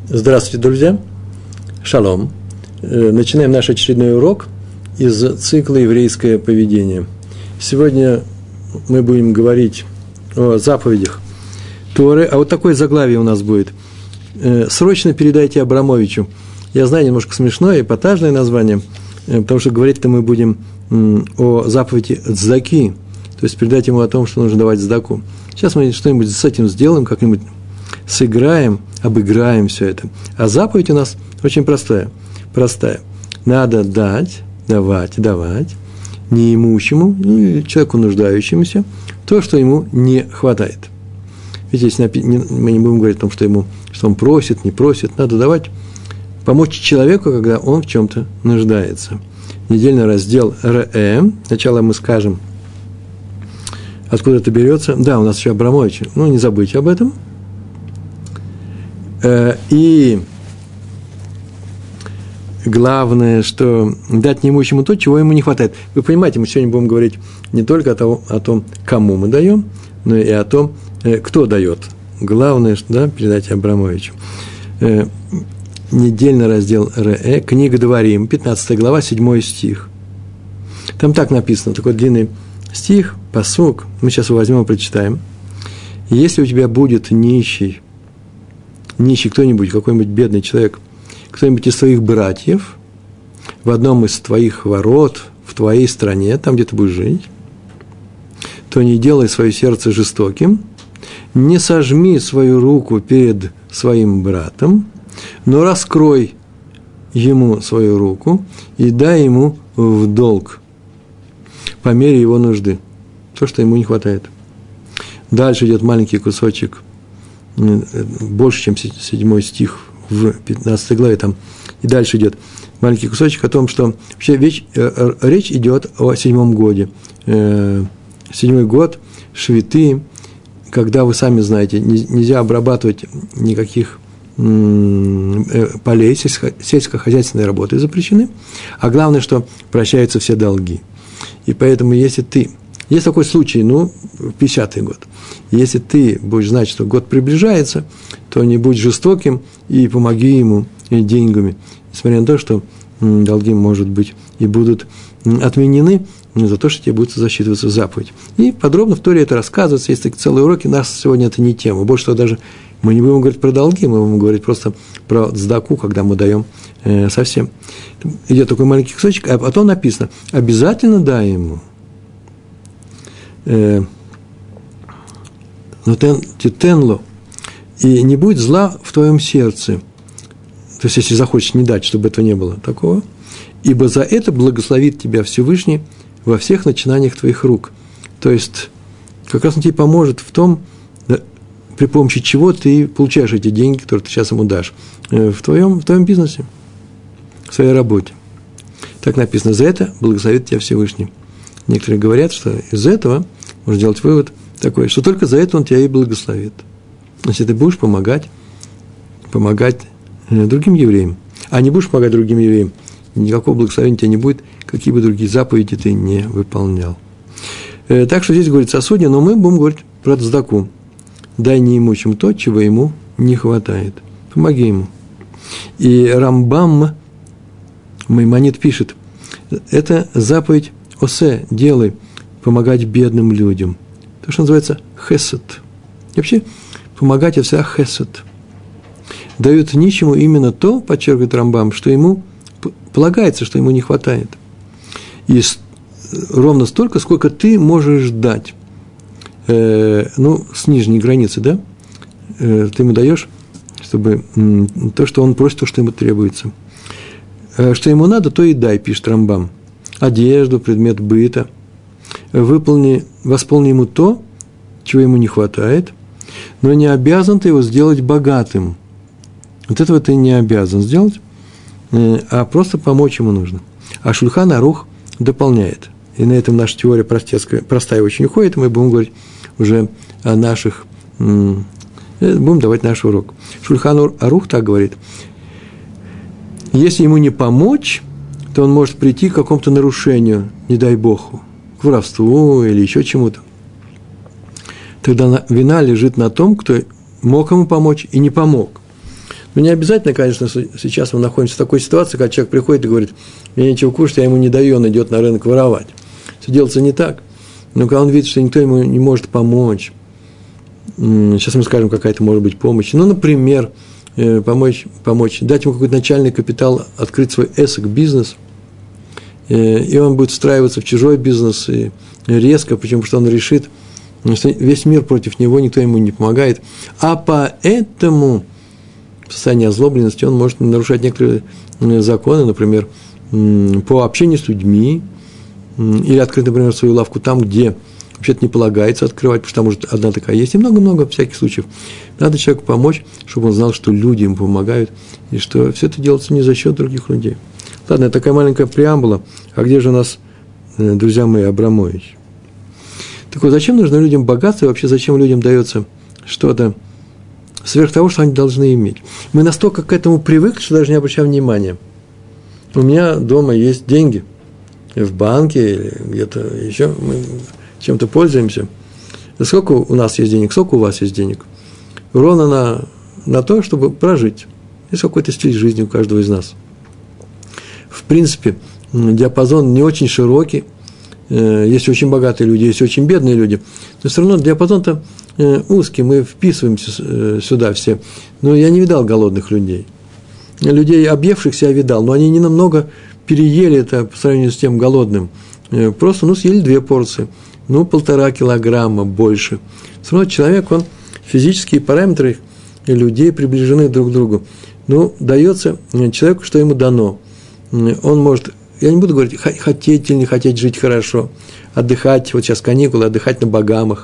Здравствуйте, друзья! Шалом! Начинаем наш очередной урок из цикла «Еврейское поведение». Сегодня мы будем говорить о заповедях Торы, а вот такое заглавие у нас будет. «Срочно передайте Абрамовичу». Я знаю, немножко смешное, эпатажное название, потому что говорить-то мы будем о заповеди цдаки, то есть передать ему о том, что нужно давать цдаку. Сейчас мы что-нибудь с этим сделаем, как-нибудь сыграем, обыграем все это. А заповедь у нас очень простая. Надо давать неимущему, человеку нуждающемуся, то, что ему не хватает. Ведь если мы не будем говорить о том, что он просит, не просит, надо давать, помочь человеку, когда он в чем-то нуждается. Недельный раздел РЭ. Сначала мы скажем, откуда это берется. Да, у нас еще Абрамович. Не забудьте об этом. И главное, что дать неимущему то, чего ему не хватает. Вы понимаете, мы сегодня будем говорить не только о том, кому мы даем, но и о том, кто дает. Главное, что передать Абрамовичу. Недельный раздел РЭ, книга Дворим, 15 глава, 7 стих. Там так написано, такой длинный стих, пасук, мы сейчас его возьмем и прочитаем. Если у тебя будет нищий кто-нибудь, какой-нибудь бедный человек, кто-нибудь из твоих братьев в одном из твоих ворот, в твоей стране, там, где ты будешь жить, то не делай свое сердце жестоким, не сожми свою руку перед своим братом, но раскрой ему свою руку и дай ему в долг по мере его нужды, то, что ему не хватает. Дальше идет маленький кусочек, больше, чем 7 стих в 15 главе, там и дальше идет маленький кусочек о том, что вообще речь идет о 7 годе. 7 год, швиты, когда, вы сами знаете, нельзя обрабатывать никаких полей, сельскохозяйственные работы запрещены, а главное, что прощаются все долги. И поэтому, если есть такой случай, в 50-й год, если ты будешь знать, что год приближается, то не будь жестоким и помоги ему деньгами, несмотря на то, что долги, может быть, и будут отменены, но за то, что тебе будет засчитываться заповедь. И подробно в Торе это рассказывается, есть целые уроки, у нас сегодня это не тема. Больше того, даже мы не будем говорить про долги, мы будем говорить просто про цдаку, когда мы даем совсем. Идет такой маленький кусочек, а потом написано, обязательно дай ему. Титенло, и не будет зла в твоем сердце. То есть, если захочешь не дать, чтобы этого не было такого, ибо за это благословит тебя Всевышний во всех начинаниях твоих рук. То есть, как раз он тебе поможет в том, при помощи чего ты получаешь эти деньги, которые ты сейчас ему дашь, в твоем бизнесе, в своей работе. Так написано, за это благословит тебя Всевышний. Некоторые говорят, что из этого можно делать вывод такой, что только за это он тебя и благословит. Если ты будешь помогать другим евреям, а не будешь помогать другим евреям, никакого благословения тебя не будет, какие бы другие заповеди ты не выполнял. Так что здесь говорится о суде, но мы будем говорить про цдаку. Дай неимущему то, чего ему не хватает. Помоги ему. И Рамбам Маймонид пишет, это заповедь осе, делай, помогать бедным людям. То, что называется хесед. И вообще, помогать – это всегда хесед. Дают нищему именно то, подчеркивает Рамбам, что ему полагается, что ему не хватает. И ровно столько, сколько ты можешь дать. С нижней границы, да? Ты ему даешь, чтобы то, что он просит, то, что ему требуется. Что ему надо, то и дай, пишет Рамбам. Одежду, предмет быта. Восполни ему то, чего ему не хватает, но не обязан ты его сделать богатым. Вот этого ты не обязан сделать, а просто помочь ему нужно. А Шульхан Арух дополняет. И на этом наша теория простая очень уходит, и мы будем говорить уже о наших, будем давать наш урок. Шульхан Арух так говорит, если ему не помочь, то он может прийти к какому-то нарушению, не дай Бог, к воровству или еще чему-то. Тогда вина лежит на том, кто мог ему помочь и не помог. Ну, не обязательно, конечно, сейчас мы находимся в такой ситуации, когда человек приходит и говорит, мне нечего кушать, я ему не даю, он идет на рынок воровать. Все делается не так. Но когда он видит, что никто ему не может помочь, сейчас мы скажем, какая-то может быть помощь. Ну, например, помочь, дать ему какой-то начальный капитал, открыть свой эсок, бизнес, и он будет встраиваться в чужой бизнес и резко, потому что он решит, что весь мир против него, никто ему не помогает. А поэтому в состоянии озлобленности он может нарушать некоторые законы, например, по общению с людьми, или открыть, например, свою лавку там, где вообще-то не полагается открывать, потому что там может одна такая есть, и много-много всяких случаев. Надо человеку помочь, чтобы он знал, что люди ему помогают, и что все это делается не за счет других людей. Ладно, это такая маленькая преамбула. А где же у нас, друзья мои, Абрамович? Так вот, зачем нужно людям богатство, и вообще зачем людям дается что-то сверх того, что они должны иметь? Мы настолько к этому привыкли, что даже не обращаем внимания. У меня дома есть деньги в банке или где-то еще, мы чем-то пользуемся. Сколько у нас есть денег, сколько у вас есть денег? Ровно на то, чтобы прожить. Есть какой-то стиль жизни у каждого из нас. В принципе, диапазон не очень широкий. Есть очень богатые люди, есть очень бедные люди. Но все равно диапазон-то узкий, мы вписываемся сюда все. Но я не видал голодных людей. Людей, объевшихся, я видал, но они не намного переели это по сравнению с тем голодным. Просто, съели 2 порции. 1,5 килограмма больше. Все равно человек, он физические параметры людей приближены друг к другу. Дается человеку, что ему дано. Он может, я не буду говорить, хотеть или не хотеть жить хорошо, отдыхать, вот сейчас каникулы, отдыхать на Багамы,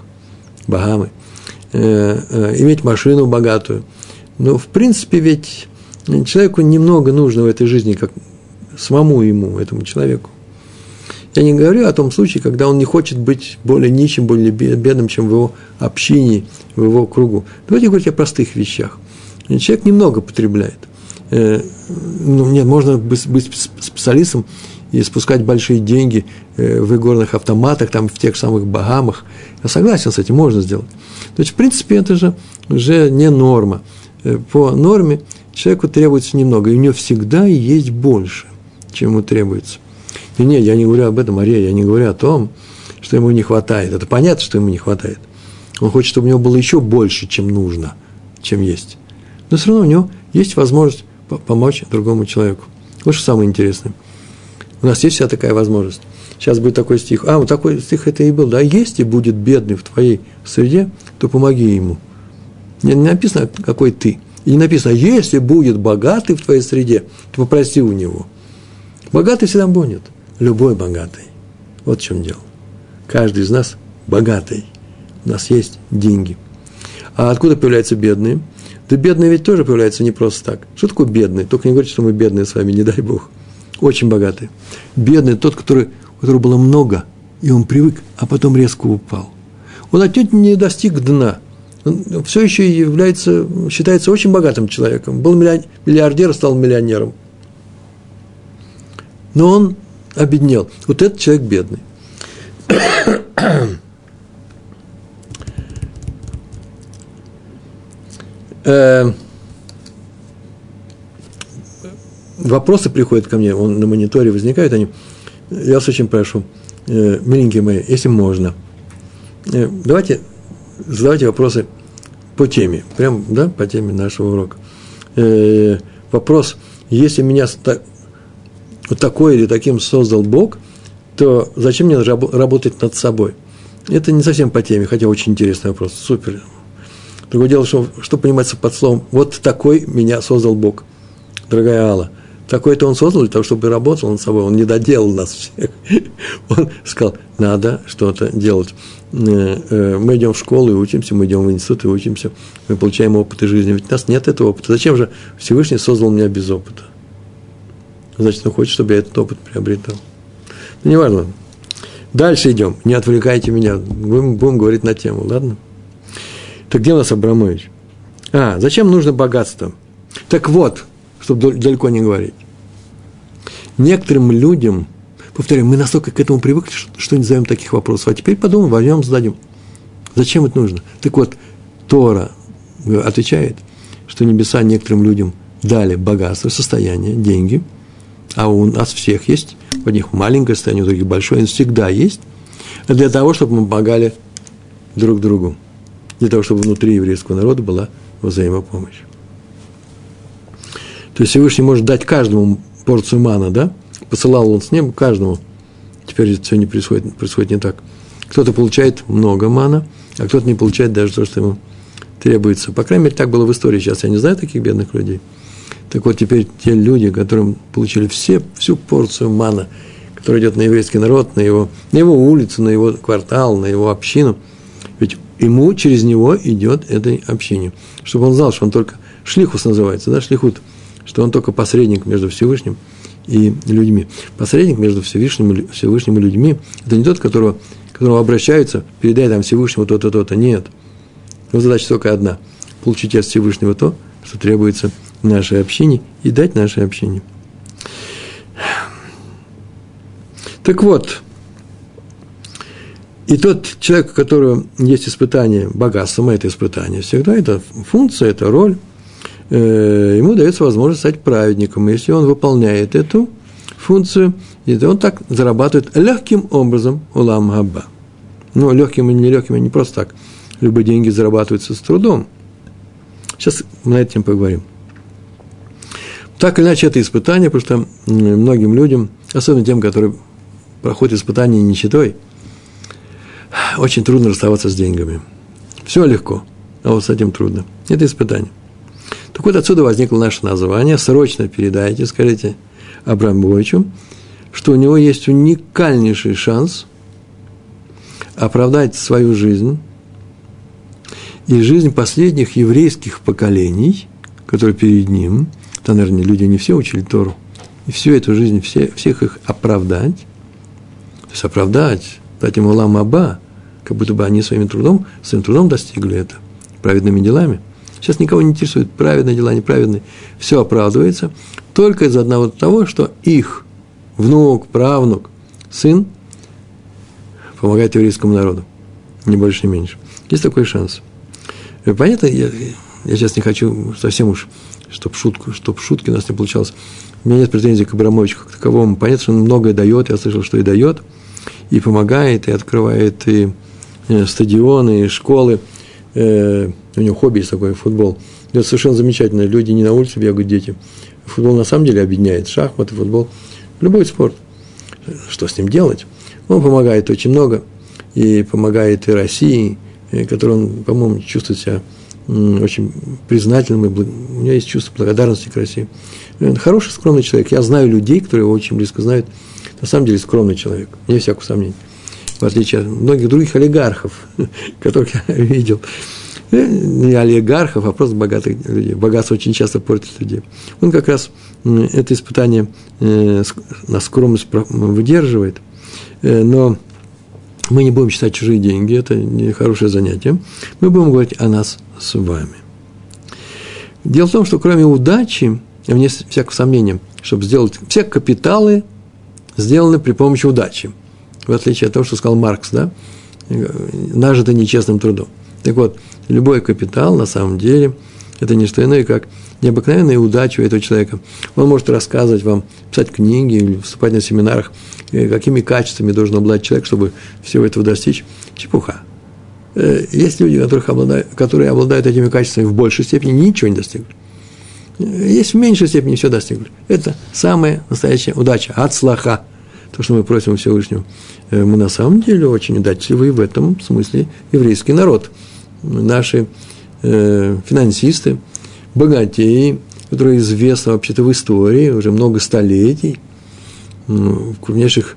иметь машину богатую. Но, в принципе, ведь человеку немного нужно в этой жизни, как самому ему, этому человеку. Я не говорю о том случае, когда он не хочет быть более нищим, более бедным, чем в его общине, в его кругу. Давайте говорить о простых вещах. Человек немного потребляет. Нет, можно быть специалистом и спускать большие деньги в игорных автоматах, там, в тех самых Багамах. Я согласен с этим, можно сделать. То есть, в принципе, это же уже не норма. По норме человеку требуется немного, и у него всегда есть больше, чем ему требуется. И нет, я не говорю об этом, Мария, я не говорю о том, что ему не хватает. Это понятно, что ему не хватает. Он хочет, чтобы у него было еще больше, чем нужно, чем есть. Но все равно у него есть возможность помочь другому человеку. Вот что самое интересное. У нас есть вся такая возможность. Сейчас будет такой стих. Вот такой стих это и был. Да, если будет бедный в твоей среде, то помоги ему. Не написано, какой ты. И не написано, если будет богатый в твоей среде, то попроси у него. Богатый всегда будет. Любой богатый. Вот в чем дело. Каждый из нас богатый. У нас есть деньги. А откуда появляются бедные? Да бедные ведь тоже появляются не просто так. Что такое бедный? Только не говорите, что мы бедные с вами, не дай Бог. Очень богатый. Бедный тот, у которого было много, и он привык, а потом резко упал. Он отнюдь не достиг дна. Он все еще считается очень богатым человеком. Был миллиардер, стал миллионером. Но он обеднел. Вот этот человек бедный. Вопросы приходят ко мне, на мониторе возникают они. Я вас очень прошу, миленькие мои, если можно, давайте задавайте вопросы по теме, прям, да, по теме нашего урока. Вопрос, если меня вот такой или таким создал Бог, то зачем мне работать над собой? Это не совсем по теме, хотя очень интересный вопрос, супер. Другое дело, что понимается под словом «вот такой меня создал Бог». Дорогая Алла, такой-то он создал для того, чтобы работал над собой, он не доделал нас всех. Он сказал, надо что-то делать. Мы идем в школу и учимся, мы идем в институт и учимся, мы получаем опыт из жизни. Ведь у нас нет этого опыта. Зачем же Всевышний создал меня без опыта? Значит, он хочет, чтобы я этот опыт приобретал. Ну, неважно. Дальше идем. Не отвлекайте меня. Будем говорить на тему, ладно? Так где у нас Абрамович? Зачем нужно богатство? Так вот, чтобы далеко не говорить. Некоторым людям, повторяю, мы настолько к этому привыкли, что не задаем таких вопросов. А теперь подумаем, возьмем, зададим. Зачем это нужно? Так вот, Тора отвечает, что небеса некоторым людям дали богатство, состояние, деньги, а у нас всех есть, у одних маленькое состояние, у других большое, оно всегда есть, для того, чтобы мы помогали друг другу, для того, чтобы внутри еврейского народа была взаимопомощь. То есть Всевышний может дать каждому порцию мана, да? Посылал он с неба каждому. Теперь это все не происходит не так. Кто-то получает много мана, а кто-то не получает даже то, что ему требуется. По крайней мере, так было в истории. Сейчас я не знаю таких бедных людей. Так вот, теперь те люди, которым получили всю порцию мана, которая идет на еврейский народ, на его улицу, на его квартал, на его общину, ведь ему через него идет это общение. Чтобы он знал, что он только шлихус называется, да, шлихут, что он только посредник между Всевышним и людьми. Посредник между Всевышним и людьми – это не тот, к которому обращаются, передай там Всевышнему то-то, то-то. Нет. Его задача только одна – получить от Всевышнего то, что требуется в нашей общине, и дать нашей общине. Так вот, и тот человек, у которого есть испытание богатством, это испытание всегда, это функция, это роль, ему дается возможность стать праведником. Если он выполняет эту функцию, то он так зарабатывает легким образом улам габа. Ну, легким и нелегким, не просто так. Любые деньги зарабатываются с трудом. Сейчас мы на эту тему поговорим. Так или иначе, это испытание, потому что многим людям, особенно тем, которые проходят испытания нищетой, очень трудно расставаться с деньгами. Все легко, а вот с этим трудно. Это испытание. Так вот, отсюда возникло наше название. Срочно передайте, скажите Абрамовичу, что у него есть уникальнейший шанс оправдать свою жизнь и жизнь последних еврейских поколений, которые перед ним. Там, наверное, люди не все учили Тору. И всю эту жизнь, всех их оправдать. То есть оправдать, дать им улам аба, как будто бы они своим трудом достигли это, праведными делами. Сейчас никого не интересует, праведные дела, неправедные. Все оправдывается только из-за одного того, что их внук, правнук, сын помогает еврейскому народу. Ни больше, ни меньше. Есть такой шанс. Понятно, я сейчас не хочу совсем уж, чтобы шутки у нас не получалось. У меня нет претензий к Абрамовичу как таковому. Понятно, что он многое дает, я слышал, что и дает, и помогает, и открывает и стадионы, и школы. У него хобби есть такое, футбол. Это совершенно замечательно. Люди не на улице бегают, дети. Футбол на самом деле объединяет. Шахматы, футбол. Любой спорт. Что с ним делать? Он помогает очень много. И помогает и России, которой он, по-моему, чувствует себя очень признательным. У него есть чувство благодарности к России. Он хороший, скромный человек. Я знаю людей, которые его очень близко знают. На самом деле скромный человек. Не всякого сомнения. В отличие от многих других олигархов, которых я видел. Не олигархов, а просто богатых людей. Богатство очень часто портит людей. Он как раз это испытание на скромность выдерживает. Но мы не будем считать чужие деньги, это не хорошее занятие. Мы будем говорить о нас с вами. Дело в том, что кроме удачи, вне всякого сомнения, чтобы сделать, все капиталы сделаны при помощи удачи. В отличие от того, что сказал Маркс, да, нажито нечестным трудом. Так вот, любой капитал, на самом деле, это не что иное, как необыкновенная удача у этого человека. Он может рассказывать вам, писать книги или выступать на семинарах, какими качествами должен обладать человек, чтобы всего этого достичь. Чепуха. Есть люди, которые обладают этими качествами в большей степени, ничего не достигли. Есть в меньшей степени все достигли. Это самая настоящая удача. Ацлаха. То, что мы просим у Всевышнего. Мы на самом деле очень удачливы в этом смысле еврейский народ. Наши финансисты, богатеи, которые известны вообще-то в истории уже много столетий, в крупнейших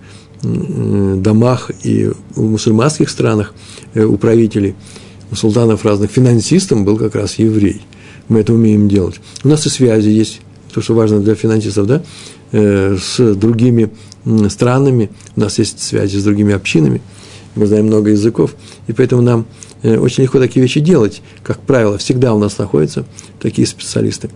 домах и в мусульманских странах у правителей, у султанов разных, финансистом был как раз еврей. Мы это умеем делать. У нас и связи есть, то, что важно для финансистов, да, с другими странами, у нас есть связи с другими общинами, мы знаем много языков, и поэтому нам очень легко такие вещи делать. Как правило, всегда у нас находятся такие специалисты.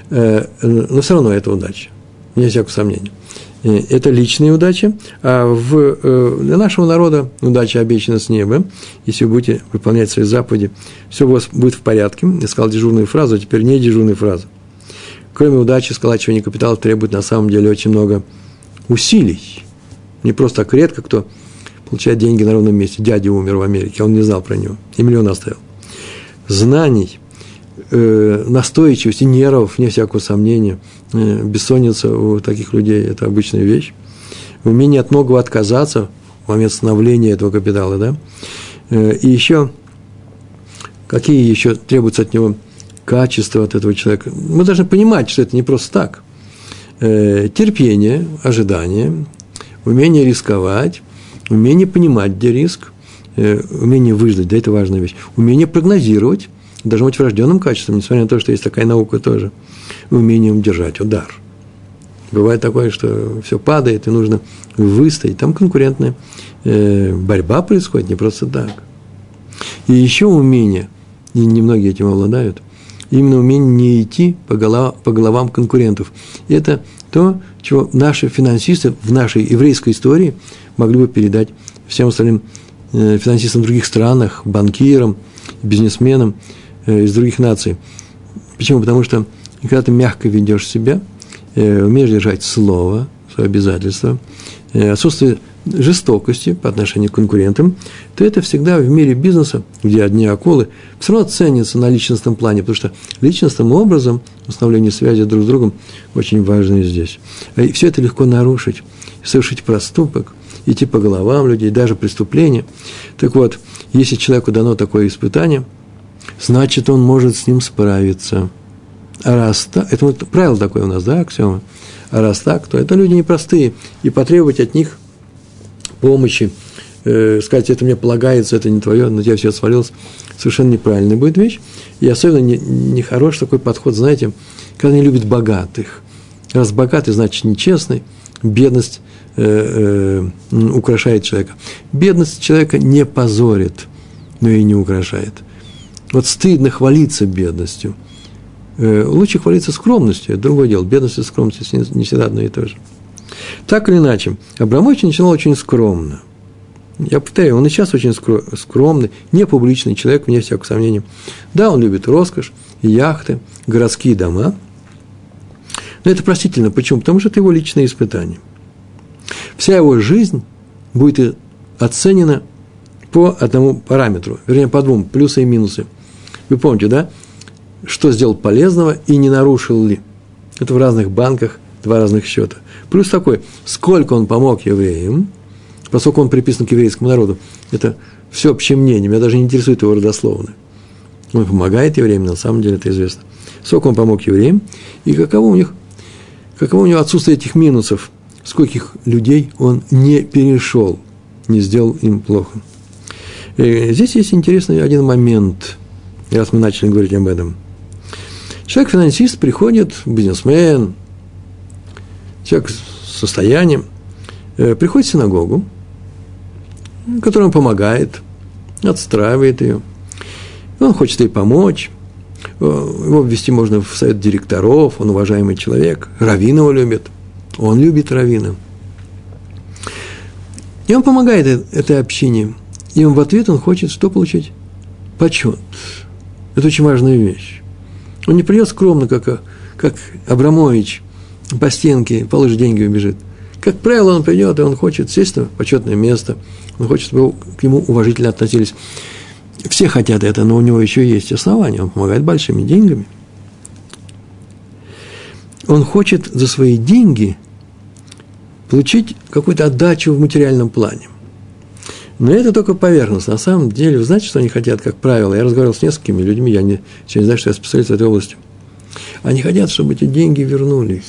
Но все равно это удача, не всякого сомнения. Это личная удача, а для нашего народа удача обещана с неба. Если вы будете выполнять свои заповеди, все у вас будет в порядке. Я сказал дежурную фразу, а теперь не дежурную фразу. Кроме удачи, сколачивание капитала требует на самом деле очень много усилий. Не просто так редко кто получает деньги на ровном месте. Дядя умер в Америке, он не знал про него, и миллион оставил. Знаний, настойчивости, нервов, вне всякого сомнения, бессонница у таких людей – это обычная вещь. Умение от многого отказаться в момент становления этого капитала, да? И еще, какие еще требуются от него качества от этого человека? Мы должны понимать, что это не просто так. Терпение, ожидание, умение рисковать, умение понимать, где риск, умение выждать, да, это важная вещь. Умение прогнозировать должно быть врожденным качеством, несмотря на то, что есть такая наука тоже. Умением держать удар. Бывает такое, что все падает, и нужно выстоять. Там конкурентная борьба происходит, не просто так. И еще умение, и немногие этим обладают, именно умение не идти по головам конкурентов. И это то, чего наши финансисты в нашей еврейской истории могли бы передать всем остальным финансистам в других странах, банкирам, бизнесменам из других наций. Почему? Потому что когда ты мягко ведешь себя, умеешь держать слово, свое обязательство, отсутствие жестокости по отношению к конкурентам, то это всегда в мире бизнеса, где одни акулы, все равно ценится на личностном плане, потому что личностным образом установление связи друг с другом очень важно здесь. И все это легко нарушить, совершить проступок, идти по головам людей, даже преступления. Так вот, если человеку дано такое испытание, значит, он может с ним справиться. А раз так, это вот правило такое у нас, да, аксиома. А раз так, то это люди непростые, и потребовать от них помощи, сказать, это мне полагается, это не твое, на тебя все свалилось, совершенно неправильная будет вещь. И особенно нехороший такой подход, знаете, когда не любят богатых. Раз богатый, значит нечестный, бедность украшает человека. Бедность человека не позорит, но и не украшает. Вот стыдно хвалиться бедностью. Лучше хвалиться скромностью, это другое дело. Бедность и скромность не всегда одно и то же. Так или иначе, Абрамович начинал очень скромно. Я повторяю, он и сейчас очень скромный, не публичный человек, вне всякого сомнения. Да, он любит роскошь, яхты, городские дома. Но это простительно. Почему? Потому что это его личное испытание. Вся его жизнь будет оценена по одному параметру, вернее, по двум, плюсы и минусы. Вы помните, да? Что сделал полезного и не нарушил ли. Это в разных банках два разных счета. Плюс такой, сколько он помог евреям, поскольку он приписан к еврейскому народу, это всеобщее мнение, меня даже не интересует его родословно. Он помогает евреям, на самом деле это известно. Сколько он помог евреям, и каково у него отсутствие этих минусов, скольких людей он не перешел, не сделал им плохо. И здесь есть интересный один момент, раз мы начали говорить об этом. Человек-финансист приходит, бизнесмен, человек с состоянием, приходит в синагогу, которой он помогает, отстраивает ее. Он хочет ей помочь. Его ввести можно в совет директоров, он уважаемый человек, раввин его любит, он любит раввина. И он помогает этой общине. И в ответ он хочет что получить? Почет. Это очень важная вещь. Он не придет скромно, как Абрамович, по стенке, положит деньги и убежит. Как правило, он придет, и он хочет сесть на почетное место, он хочет, чтобы к нему уважительно относились. Все хотят это, но у него еще есть основания, он помогает большими деньгами. Он хочет за свои деньги получить какую-то отдачу в материальном плане. Но это только поверхностно. На самом деле, вы знаете, что они хотят, как правило? Я разговаривал с несколькими людьми, я не знаю, что я специалист в этой области. Они хотят, чтобы эти деньги вернулись.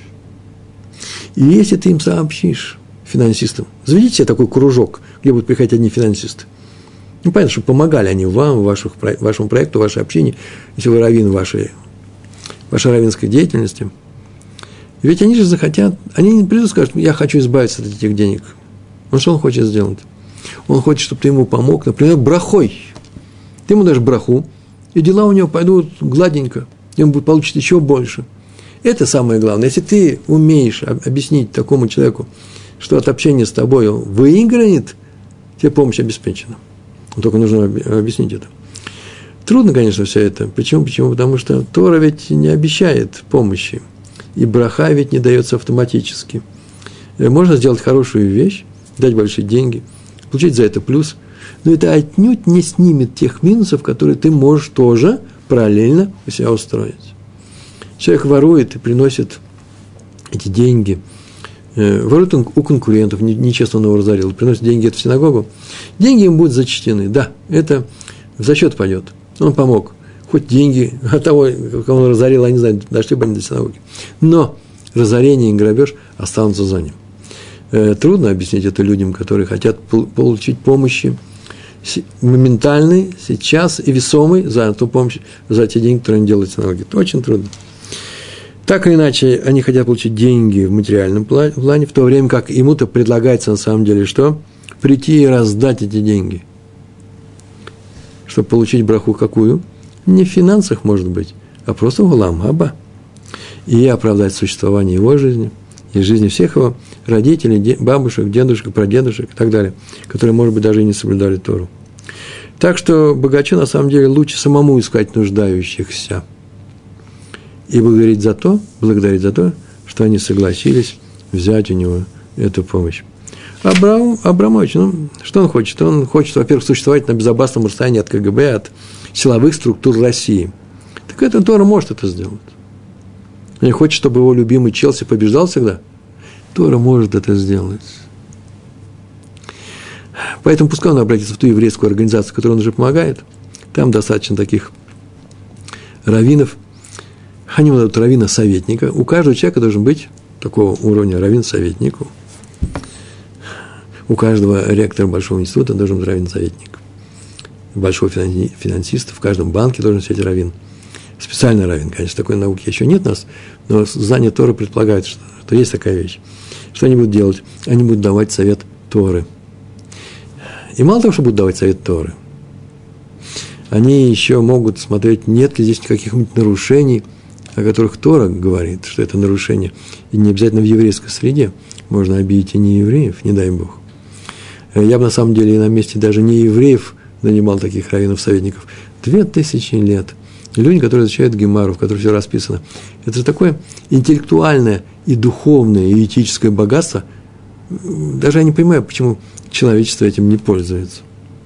И если ты им сообщишь, финансистам, заведите себе такой кружок, где будут приходить одни финансисты. Ну, понятно, что помогали они вам, вашему проекту, вашей общине, если вы раввин вашей раввинской деятельности. Ведь они же захотят, они не придут и скажут, я хочу избавиться от этих денег. Ну, что он хочет сделать? Он хочет, чтобы ты ему помог, например, брахой. Ты ему дашь браху, и дела у него пойдут гладенько, и он получит еще больше. Это самое главное. Если ты умеешь объяснить такому человеку, что от общения с тобой он выиграет, тебе помощь обеспечена. Только нужно объяснить это. Трудно, конечно, все это. Почему? Потому что Тора ведь не обещает помощи. И браха ведь не дается автоматически. Можно сделать хорошую вещь, дать большие деньги, получить за это плюс, но это отнюдь не снимет тех минусов, которые ты можешь тоже параллельно у себя устроить. Человек ворует и приносит эти деньги, ворует он у конкурентов, нечестно он его разорил, приносит деньги в синагогу, деньги им будут зачтены, да, это в зачет пойдет, он помог, хоть деньги от того, кого он разорил, они знают, дошли бы они до синагоги, но разорение и грабеж останутся за ним. Трудно объяснить это людям, которые хотят получить помощи моментальной, сейчас и весомой за ту помощь, за те деньги, которые они делают в синагоге. Это очень трудно. Так или иначе, они хотят получить деньги в материальном плане, в то время как ему-то предлагается на самом деле что? Прийти и раздать эти деньги. Чтобы получить браху какую? Не в финансах, может быть, а просто в олам хаба. И оправдать существование его жизни и жизни всех его родителей, бабушек, дедушек, прадедушек и так далее, которые, может быть, даже и не соблюдали Тору. Так что богачу, на самом деле, лучше самому искать нуждающихся и благодарить за то, что они согласились взять у него эту помощь. Абрамович, что он хочет? Он хочет, во-первых, существовать на безопасном расстоянии от КГБ, от силовых структур России. Так это Тора может это сделать. Он хочет, чтобы его любимый Челси побеждал всегда. Тора может это сделать. Поэтому пускай он обратится в ту еврейскую организацию, которой он уже помогает. Там достаточно таких раввинов. Они дадут раввина-советника. У каждого человека должен быть такого уровня раввин-советник. У каждого ректора большого института должен быть раввин-советник. Большого финансиста в каждом банке должен сидеть раввин. Специальный раввин, конечно, такой науки еще нет у нас, но знание Торы предполагает, что есть такая вещь. Что они будут делать? Они будут давать совет Торы. И мало того, что будут давать совет Торы, они еще могут смотреть, нет ли здесь каких-нибудь нарушений, о которых Тора говорит, что это нарушение. И не обязательно в еврейской среде. Можно обидеть и неевреев, не дай Бог. Я бы на самом деле и на месте даже неевреев нанимал таких раввинов-советников. 2000 лет. Люди, которые изучают Гемару, в которой все расписано. Это же такое интеллектуальное и духовное, и этическое богатство. Даже я не понимаю, почему человечество этим не пользуется.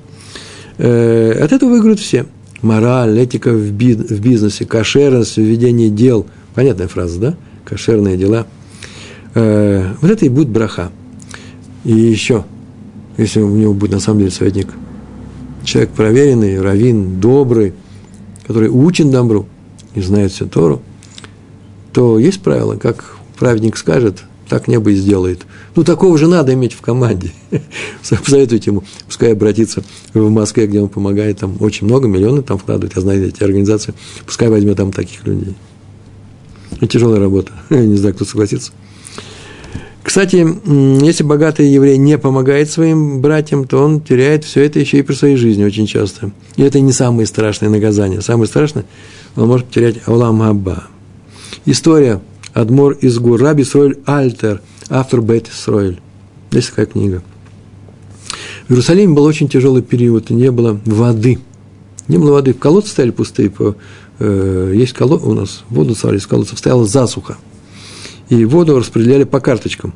От этого выиграют все. Мораль, этика в бизнесе, кошерность, введение дел. Понятная фраза, да? Кошерные дела. Вот это и будет браха. И еще, если у него будет на самом деле советник, человек проверенный, раввин, добрый, который учит добру и знает всю Тору, то есть правило, как праведник скажет, так небо и сделает. Такого же надо иметь в команде. Посоветуйте ему, пускай обратится в Москве, где он помогает, там очень много, миллионы там вкладывают, я знаю эти организации, пускай возьмет там таких людей. Это тяжелая работа, я не знаю, кто согласится. Кстати, если богатый еврей не помогает своим братьям, то он теряет все это еще и при своей жизни очень часто. И это не самое страшное наказание. Самое страшное, он может потерять олам хаба. История Адмор из Гур, Раби Исроэль Альтер, автор Бейт Исроэль. Есть такая книга. В Иерусалиме был очень тяжелый период, не было воды. Не было воды, колодцы стояли пустые. Есть колодцы, у нас воду совали из колодцев, стояла засуха. И воду распределяли по карточкам.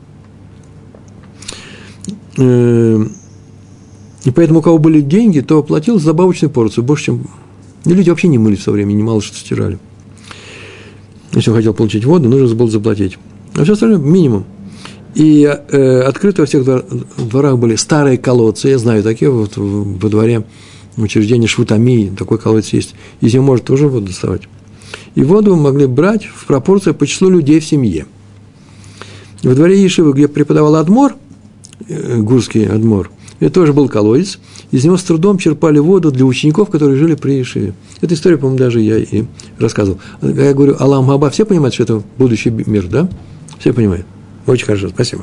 И поэтому, у кого были деньги, то платил за добавочную порцию, больше, чем... И люди вообще не мыли в то время, немало что стирали. Если он хотел получить воду, нужно было заплатить. А все остальное минимум. И открыты во всех дворах были старые колодцы, я знаю такие, вот во дворе учреждения Швутамии, такой колодец есть. Из него может тоже воду доставать. И воду могли брать в пропорции по числу людей в семье. Во дворе Ешивы, где преподавал Адмор, гурский Адмор, это тоже был колодец, из него с трудом черпали воду для учеников, которые жили при Ешиве. Эту историю, по-моему, даже я и рассказывал. Я говорю, Олам хаба, все понимают, что это будущий мир, да? Все понимают. Очень хорошо, спасибо.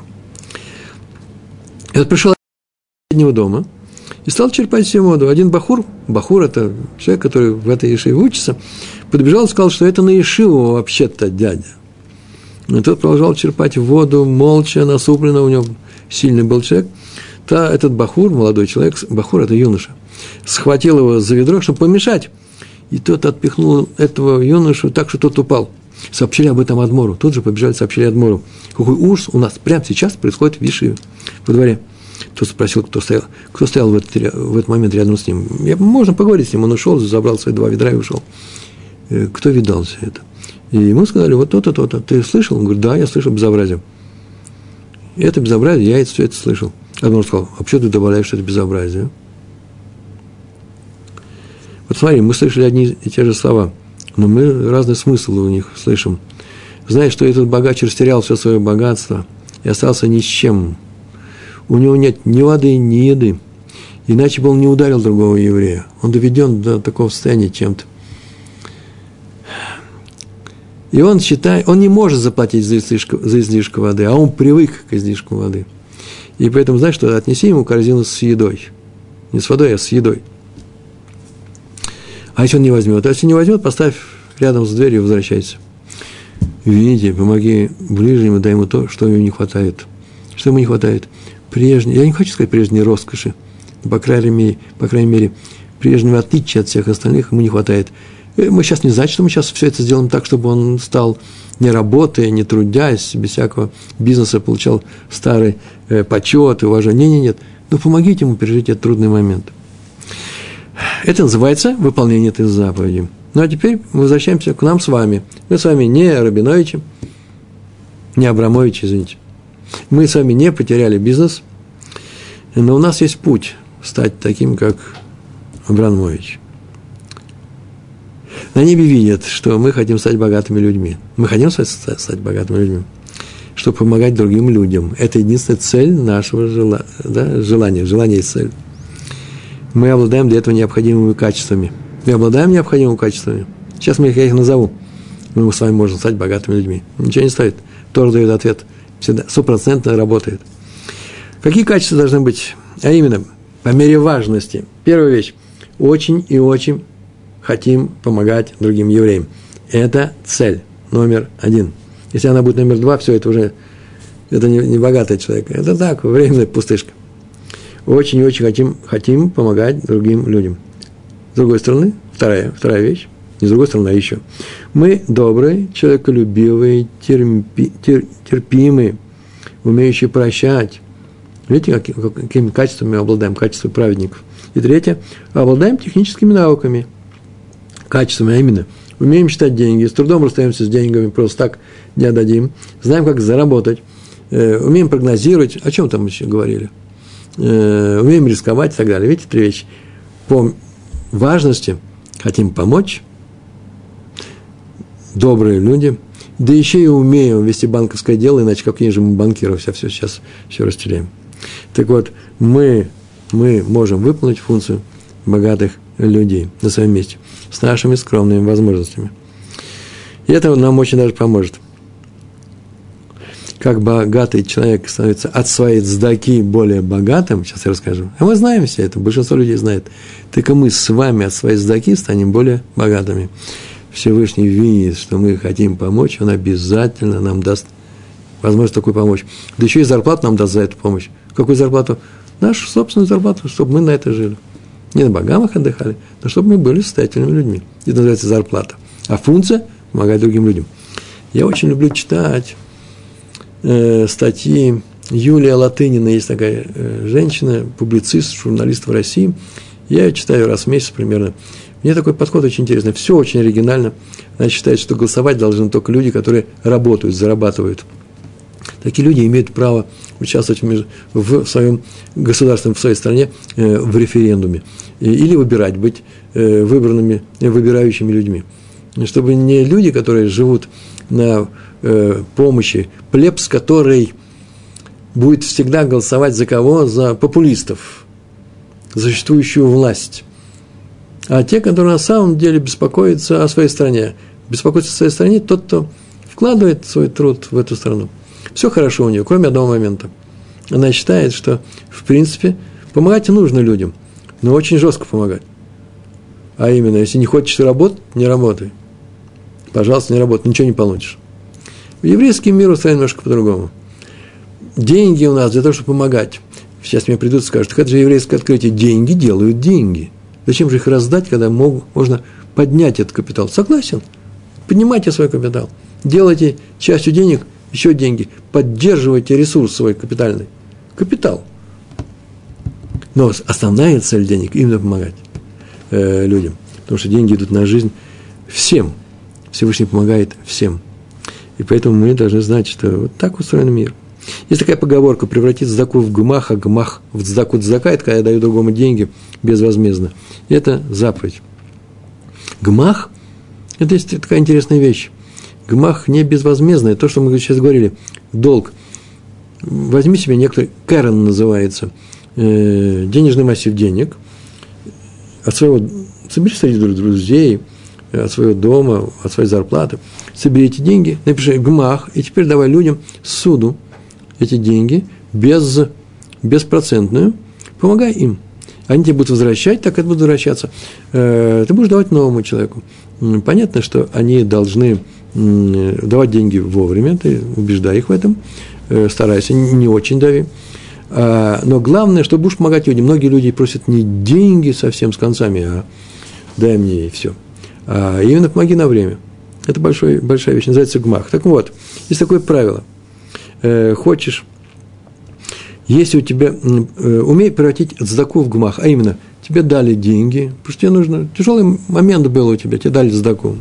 И вот пришел из соседнего дома и стал черпать всю воду. Один бахур – это человек, который в этой Ешиве учится, подбежал и сказал, что это на Ешиву вообще-то дядя. И тот продолжал черпать воду, молча, насупленно, у него сильный был человек. Этот бахур, молодой человек, бахур – это юноша, схватил его за ведро, чтобы помешать. И тот отпихнул этого юношу так, что тот упал. Сообщили об этом Адмору. Тут же побежали, сообщили Адмору. Какой ужас у нас прямо сейчас происходит в Ешиве, во дворе. Тот спросил, кто стоял в этот момент рядом с ним. Можно поговорить с ним. Он ушел, забрал свои 2 ведра и ушел. Кто видал все это? И ему сказали, вот то-то, то-то. Ты слышал? Он говорит, да, я слышал безобразие. И это безобразие, я все это слышал. Адмор сказал, а почему ты добавляешь, что это безобразие? Вот смотри, мы слышали одни и те же слова, но мы разный смысл у них слышим. Знаешь, что этот богач растерял все свое богатство и остался ни с чем. У него нет ни воды, ни еды. Иначе бы он не ударил другого еврея. Он доведен до такого состояния чем-то. И он считает, он не может заплатить за излишек воды, а он привык к излишку воды. И поэтому, знаешь что, отнеси ему корзину с едой. Не с водой, а с едой. А если он не возьмет? А если не возьмет, поставь рядом с дверью и возвращайся. Видите, помоги ближнему, дай ему то, что ему не хватает. Что ему не хватает? Я не хочу сказать прежней роскоши, по крайней мере, прежнего отличия от всех остальных ему не хватает. Мы сейчас не значит, что мы сейчас все это сделаем так, чтобы он стал, не работая, не трудясь, без всякого бизнеса, получал старый почет и уважение. Нет. Но помогите ему пережить этот трудный момент. Это называется выполнение этой заповеди. Ну, а теперь мы возвращаемся к нам с вами. Мы с вами не Рабиновичи, не Абрамовичи, извините. Мы с вами не потеряли бизнес, но у нас есть путь стать таким, как Абрамович. На небе видят, что мы хотим стать богатыми людьми. Мы хотим стать богатыми людьми, чтобы помогать другим людям. Это единственная цель нашего желания. Желание есть цель. Мы обладаем для этого необходимыми качествами. Мы обладаем необходимыми качествами. Сейчас я их назову. Мы с вами можем стать богатыми людьми. Ничего не стоит. Тора дает ответ. Всегда 100% работает. Какие качества должны быть? А именно, по мере важности. Первая вещь. Очень и очень хотим помогать другим евреям. Это цель номер 1. Если она будет номер 2, все, это уже это не богатый человек. Это так, временная пустышка. Очень и очень хотим помогать другим людям. С другой стороны, вторая вещь, не с другой стороны, а еще. Мы добрые, человеколюбивые, терпимые, умеющие прощать. Видите, какими качествами мы обладаем, качествами праведников. И третье, обладаем техническими навыками, качествами, а именно, умеем считать деньги, с трудом расстаемся с деньгами, просто так не отдадим, знаем, как заработать, умеем прогнозировать, о чем там еще говорили, умеем рисковать и так далее. Видите, 3 вещи. По важности хотим помочь, добрые люди, да еще и умеем вести банковское дело, иначе какие же мы банкиры, все сейчас все растеряем. Так вот, мы можем выполнить функцию богатых людей на своем месте, с нашими скромными возможностями. И это нам очень даже поможет. Как богатый человек становится от своей цдаки более богатым, сейчас я расскажу. А мы знаем все это, большинство людей знает. Так и мы с вами от своей цдаки станем более богатыми. Всевышний видит, что мы хотим помочь, он обязательно нам даст возможность такую помочь. Да еще и зарплату нам даст за эту помощь. Какую зарплату? Нашу собственную зарплату, чтобы мы на это жили. Не на богамах отдыхали, но чтобы мы были состоятельными людьми. Это называется зарплата. А функция – помогать другим людям. Я очень люблю читать статьи. Юлия Латынина, есть такая женщина, публицист, журналист в России. Я ее читаю раз в месяц примерно. Мне такой подход очень интересный. Все очень оригинально. Она считает, что голосовать должны только люди, которые работают, зарабатывают. Такие люди имеют право участвовать в своем государстве, в своей стране в референдуме. Или выбирать, быть выбирающими людьми. Чтобы не люди, которые живут на помощи, плебс, который будет всегда голосовать за кого? За популистов, за существующую власть. А те, которые на самом деле беспокоятся о своей стране. Беспокоится о своей стране тот, кто вкладывает свой труд в эту страну. Все хорошо у нее, кроме одного момента. Она считает, что, в принципе, помогать нужно людям, но очень жестко помогать. А именно, если не хочешь работать, не работай. Пожалуйста, не работай, ничего не получишь. Еврейский мир устроен немножко по-другому. Деньги у нас для того, чтобы помогать. Сейчас мне придут и скажут, так это же еврейское открытие. Деньги делают деньги. Зачем же их раздать, когда можно поднять этот капитал? Согласен. Поднимайте свой капитал. Делайте частью денег еще деньги. Поддерживайте ресурс свой капитальный. Капитал. Но основная цель денег – именно помогать людям. Потому что деньги идут на жизнь всем. Всевышний помогает всем. И поэтому мы должны знать, что вот так устроен мир. Есть такая поговорка: превратить цдаку в гмах, а гмах в цдаку. Цдака – это когда я даю другому деньги безвозмездно. И это заповедь. Гмах – это есть такая интересная вещь. Гмах не безвозмездное, то, что мы сейчас говорили, долг. Возьми себе некоторый, карен называется, денежный массив денег, от своего, собери среди друзей, от своего дома, от своей зарплаты, собери эти деньги, напиши гмах, и теперь давай людям суду эти деньги беспроцентную, помогай им. Они тебе будут возвращать, так это будет возвращаться. Ты будешь давать новому человеку. Понятно, что они должны давать деньги вовремя, ты убеждай их в этом, старайся, не очень дави. Но главное, что будешь помогать людям. Многие люди просят не деньги совсем с концами, а дай мне и все. А именно помоги на время. Это большая вещь, называется гмах. Так вот, есть такое правило. Хочешь, если у тебя, умей превратить цдаку в гмах, а именно, тебе дали деньги, потому что тебе нужно, тяжелый момент был у тебя, тебе дали цдаку.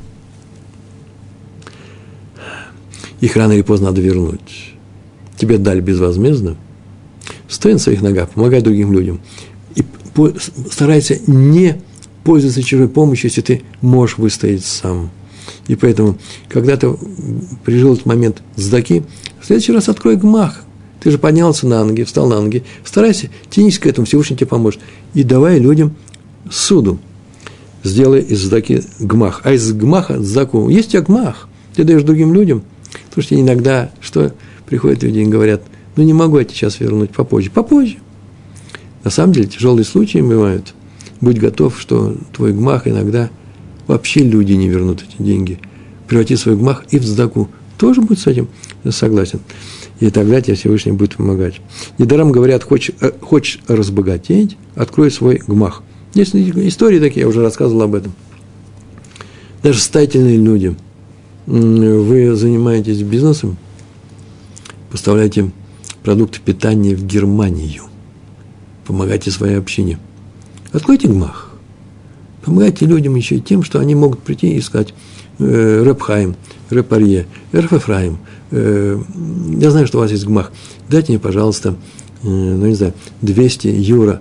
Их рано или поздно надо вернуть. Тебе дали безвозмездно. Стой на своих ногах, помогай другим людям. И старайся не пользоваться чужой помощью, если ты можешь выстоять сам. И поэтому, когда ты пережил этот момент цдаки, в следующий раз открой гмах. Ты же поднялся на ноги, встал на ноги. Старайся, тянись к этому, Всевышний тебе поможет. И давай людям суду. Сделай из цдаки гмах. А из гмаха цдаку. Есть у тебя гмах. Ты даешь другим людям. Потому что иногда, что приходят люди и говорят: ну, не могу я тебе сейчас вернуть, попозже. Попозже. На самом деле, тяжелые случаи бывают. Будь готов, что твой гмах иногда вообще люди не вернут эти деньги. Преврати свой гмах и в цдаку. Тоже будет с этим согласен. И тогда тебе Всевышний будет помогать. Недаром говорят: хочешь разбогатеть, открой свой гмах. Есть истории такие, я уже рассказывал об этом. Даже состоятельные люди. Вы занимаетесь бизнесом, поставляете продукты питания в Германию, помогайте своей общине. Откройте гмах. Помогайте людям еще и тем, что они могут прийти и сказать: Реб Хаим, Реб Арье, Реб Эфраим, я знаю, что у вас есть гмах, дайте мне, пожалуйста, 200 евро,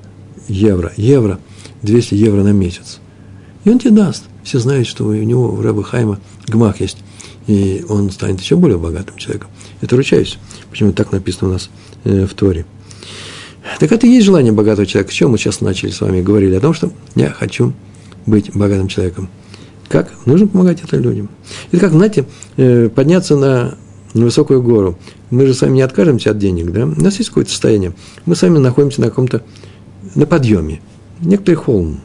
200 евро на месяц. И он тебе даст. Все знают, что у него, у Ребе Хаима, гмах есть, и он станет еще более богатым человеком. Это ручаюсь. Почему так написано у нас в Торе. Так это и есть желание богатого человека. С чем мы сейчас начали с вами? Говорили о том, что я хочу быть богатым человеком. Как? Нужно помогать это людям. Это как, знаете, подняться на высокую гору. Мы же с вами не откажемся от денег, да? У нас есть какое-то состояние. Мы с вами находимся на каком-то, на подъеме. Некоторый холм.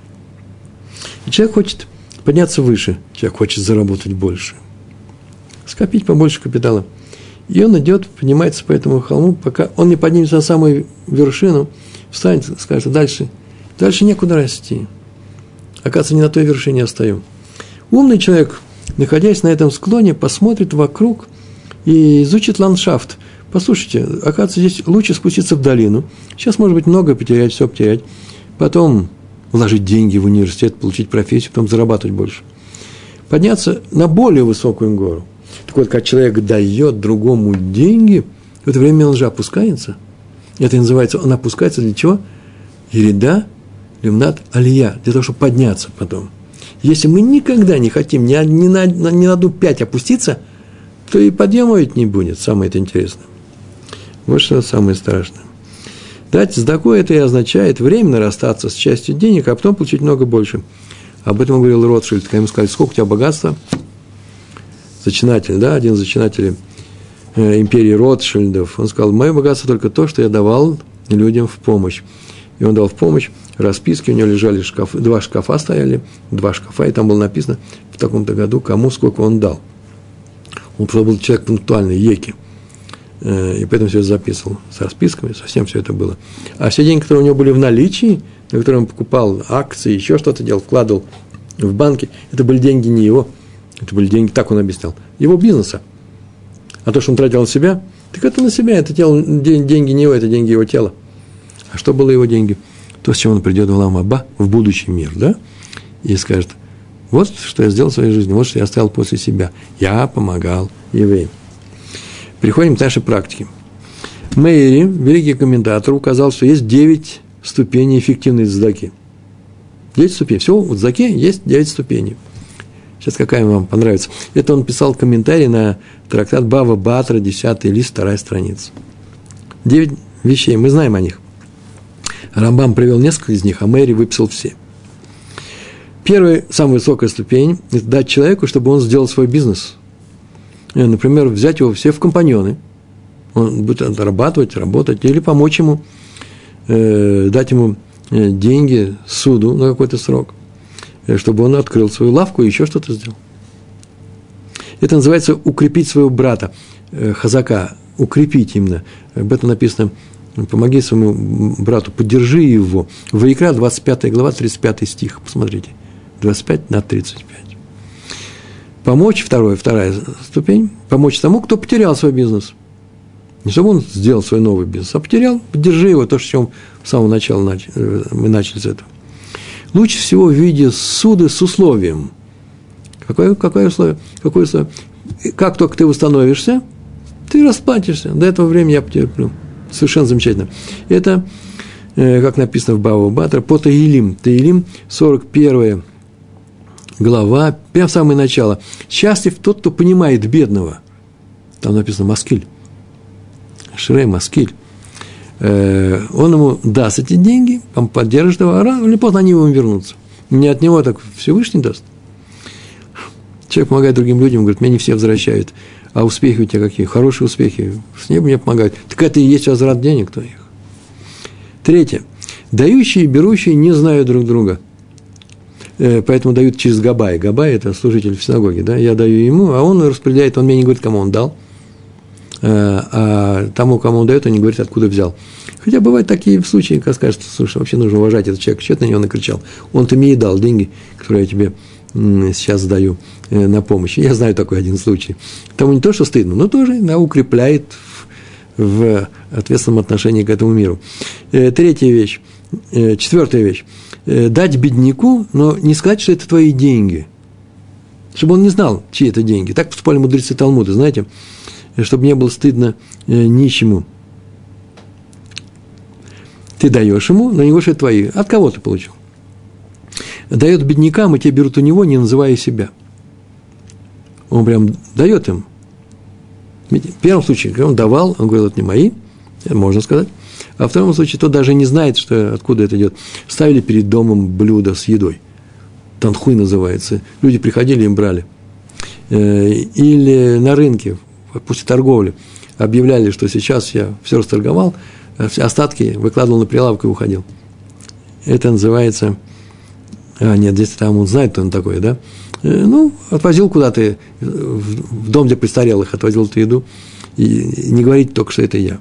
И человек хочет подняться выше. Человек хочет заработать больше. Скопить побольше капитала. И он идет, поднимается по этому холму, пока он не поднимется на самую вершину, встанет, скажет: дальше некуда расти. Оказывается, не на той вершине я стою. Умный человек, находясь на этом склоне, посмотрит вокруг и изучит ландшафт. Послушайте, оказывается, здесь лучше спуститься в долину. Сейчас, может быть, много потерять, все потерять. Потом вложить деньги в университет, получить профессию, потом зарабатывать больше. Подняться на более высокую гору. Так вот, когда человек дает другому деньги, в это время меланжа опускается. Это называется, он опускается для чего? Ерида, лимнат, алия, для того, чтобы подняться потом. Если мы никогда не хотим ни на одну пять опуститься, то и подъема ведь не будет, самое это интересное. Вот что самое страшное. Дать цдаку это и означает временно расстаться с частью денег, а потом получить много больше. Об этом говорил Ротшильд, когда ему сказали: сколько у тебя богатства? Зачинатель, да, один из зачинателей империи Ротшильдов. Он сказал: мое богатство только то, что я давал людям в помощь. И он дал в помощь расписки, у него лежали шкафы, 2 шкафа стояли, 2 шкафа, и там было написано в таком-то году, кому сколько он дал. Он просто был человек пунктуальный, еки. И поэтому все это записывал с расписками, совсем все это было. А все деньги, которые у него были в наличии, на которые он покупал акции, еще что-то делал, вкладывал в банки, это были деньги не его, это были деньги, так он объяснял, его бизнеса. А то, что он тратил на себя, так это на себя, это деньги не его, это деньги его тела. А что было его деньги? То, с чем он придет в Олам Аба, в будущий мир, да? И скажет, вот что я сделал в своей жизни, вот что я оставил после себя. Я помогал евреям. Переходим к нашей практике. Мейри, великий комментатор, указал, что есть 9 ступеней эффективной цдаки. 9 ступеней. Всего в цдаке есть 9 ступеней. Сейчас какая вам понравится. Это он писал комментарий на трактат Бава Батра, 10 лист, 2 страница. 9 вещей, мы знаем о них. Рамбам привел несколько из них, а Мейри выписал все. Первая, самая высокая ступень – это дать человеку, чтобы он сделал свой бизнес. Например, взять его все в компаньоны. Он будет отрабатывать, работать, или помочь ему, дать ему деньги суду на какой-то срок, чтобы он открыл свою лавку и еще что-то сделал. Это называется укрепить своего брата, хазака, укрепить именно. Об этом написано: помоги своему брату, поддержи его. Ваикра, 25 глава, 35 стих, посмотрите, 25 на 35. Помочь, вторая ступень, помочь тому, кто потерял свой бизнес. Не чтобы он сделал свой новый бизнес, а потерял, поддержи его, то, с чем с самого начала мы начали с этого. Лучше всего в виде суда с условием. Какое условие? Какое условие? Как только ты восстановишься, ты расплатишься. До этого времени я потерплю. Совершенно замечательно. Это, как написано в Бава Батра, по Таилим. Таилим, 41 глава, прямо в самое начало. Счастлив тот, кто понимает бедного. Там написано «маскиль». Шрей Маскиль, он ему даст эти деньги, он поддержит его, а рано или поздно они ему вернутся. Не от него, так Всевышний даст. Человек помогает другим людям, говорит, меня не все возвращают, а успехи у тебя какие? Хорошие успехи, с неба мне помогают. Так это и есть возврат денег твоих. Третье. Дающие и берущие не знают друг друга. Поэтому дают через Габай. Габай – это служитель в синагоге. Да? Я даю ему, а он распределяет, он мне не говорит, кому он дал. А тому, кому он дает, он не говорит, откуда взял. Хотя бывают такие случаи, когда скажут, слушай, вообще нужно уважать этот человек, что ты на него накричал. Он-то мне и дал деньги, которые я тебе сейчас даю на помощь. Я знаю такой один случай. Тому не то, что стыдно, но тоже укрепляет в ответственном отношении к этому миру. Третья вещь, четвертая вещь. Дать бедняку, но не сказать, что это твои деньги. Чтобы он не знал, чьи это деньги. Так поступали мудрецы Талмуда, знаете, чтобы не было стыдно нищему. Ты даешь ему, но не говоришь, это твои. От кого ты получил? Дает беднякам, и те берут у него, не называя себя. Он прям дает им. В первом случае, когда он давал, он говорил, это не мои, это можно сказать. А в втором случае, тот даже не знает, что, откуда это идет. Ставили перед домом блюдо с едой. Танхуй называется. Люди приходили, им брали. Или на рынке, после торговли, объявляли, что сейчас я все расторговал, остатки выкладывал на прилавок и уходил. Это называется... нет, здесь там он знает, кто он такой, да? Отвозил куда-то в дом, где престарелых, отвозил эту еду, и не говорить только, что это я.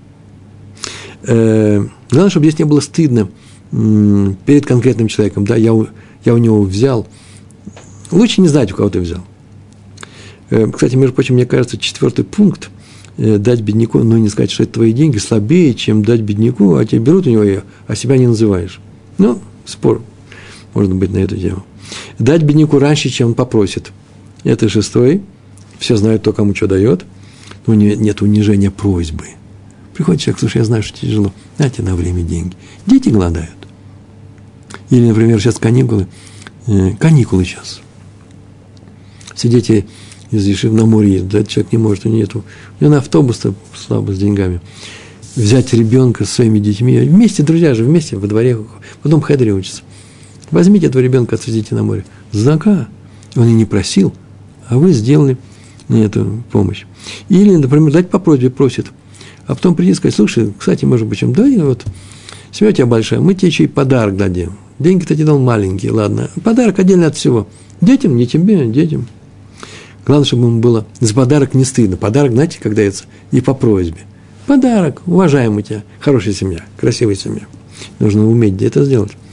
Главное, чтобы здесь не было стыдно перед конкретным человеком, да, я у него взял. Лучше не знать, у кого ты взял. Кстати, между прочим, мне кажется, 4 пункт дать бедняку, но не сказать, что это твои деньги, слабее, чем дать бедняку, а тебя берут у него, а себя не называешь. Спор может быть на эту тему. Дать бедняку раньше, чем он попросит. Это 6. Все знают, кто кому что дает. Но нет унижения просьбы. Приходит человек, слушай, я знаю, что тяжело. Дайте на время деньги. Дети голодают. Или, например, сейчас каникулы сейчас. Все дети из Ешив на море едут. Этот человек не может, у него на автобус-то слабо с деньгами. Взять ребенка с своими детьми. Вместе, друзья же, вместе во дворе, в одном хедере учатся. Возьмите этого ребенка, отвезите на море. Знака. Он и не просил, а вы сделали эту помощь. Или, например, дать по просьбе, просит. А потом прийти и сказать, слушай, кстати, может быть, чем дай, вот, семья у тебя большая, мы тебе еще и подарок дадим. Деньги-то тебе дал маленькие, ладно. Подарок отдельно от всего. Детям, не тебе, детям. Главное, чтобы ему было за подарок не стыдно. Подарок, знаете, как дается? И по просьбе. Подарок, уважаемый у тебя, хорошая семья, красивая семья. Нужно уметь это сделать.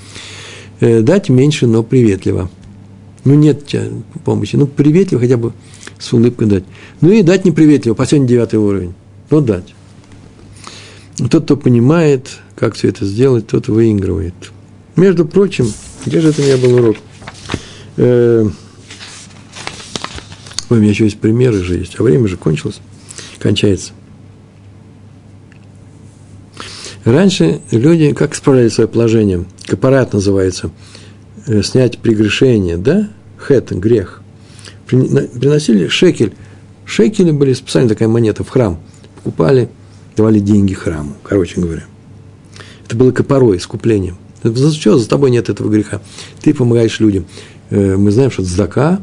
Дать меньше, но приветливо. Нет у тебя помощи. Приветливо хотя бы с улыбкой дать. И дать неприветливо, последний 9 уровень. Дать. Тот, кто понимает, как все это сделать, тот выигрывает. Между прочим, где же это у меня был урок? У меня еще есть примеры же есть, а время же кончается. Раньше люди как исправляли свое положение? Капарат называется. Снять прегрешение, да? Хэт, грех. Приносили шекель. Шекели были специально такая монета в храм. Покупали, давали деньги храму, короче говоря. Это было капарой, искуплением. Что за тобой нет этого греха? Ты помогаешь людям. Мы знаем, что цдака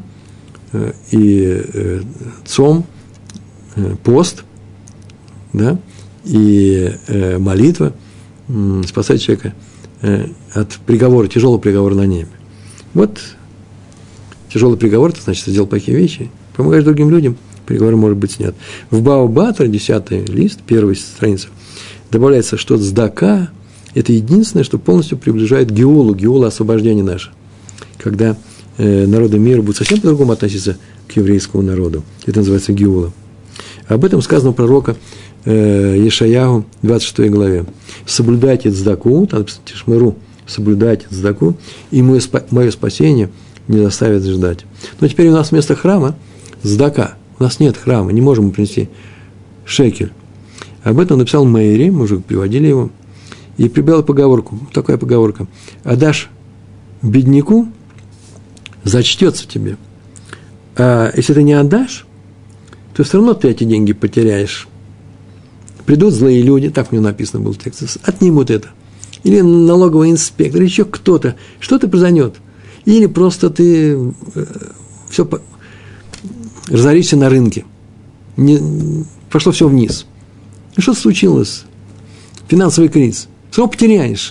и цом, пост, да, и молитва спасает человека от приговора, тяжелого приговора на небе. Вот тяжелый приговор, это значит, сделал плохие вещи. Помогаешь другим людям, приговор может быть снят. В Бава Батра, 10 лист, 1 страница, добавляется, что цдака – это единственное, что полностью приближает геулу освобождение наше. Когда народы мира будут совсем по-другому относиться к еврейскому народу. Это называется геула. Об этом сказано у пророка Ешаяху, 26 главе. «Соблюдайте цдаку», там написано «Тишмеру», «Соблюдайте цдаку, и мое спасение не заставит ждать». Но теперь у нас вместо храма цдака. У нас нет храма, не можем принести шекель. Об этом написал Мейри, мы уже приводили его, и прибавил поговорку, такая поговорка: «Отдашь бедняку, зачтется тебе. А если ты не отдашь, то все равно ты эти деньги потеряешь. Придут злые люди», так у него написано было в тексте, «отнимут это. Или налоговый инспектор, или еще кто-то, что-то произойдет. Или просто ты все разоришься на рынке. Пошло все вниз. Что-то случилось. Финансовый кризис. Все равно потеряешь.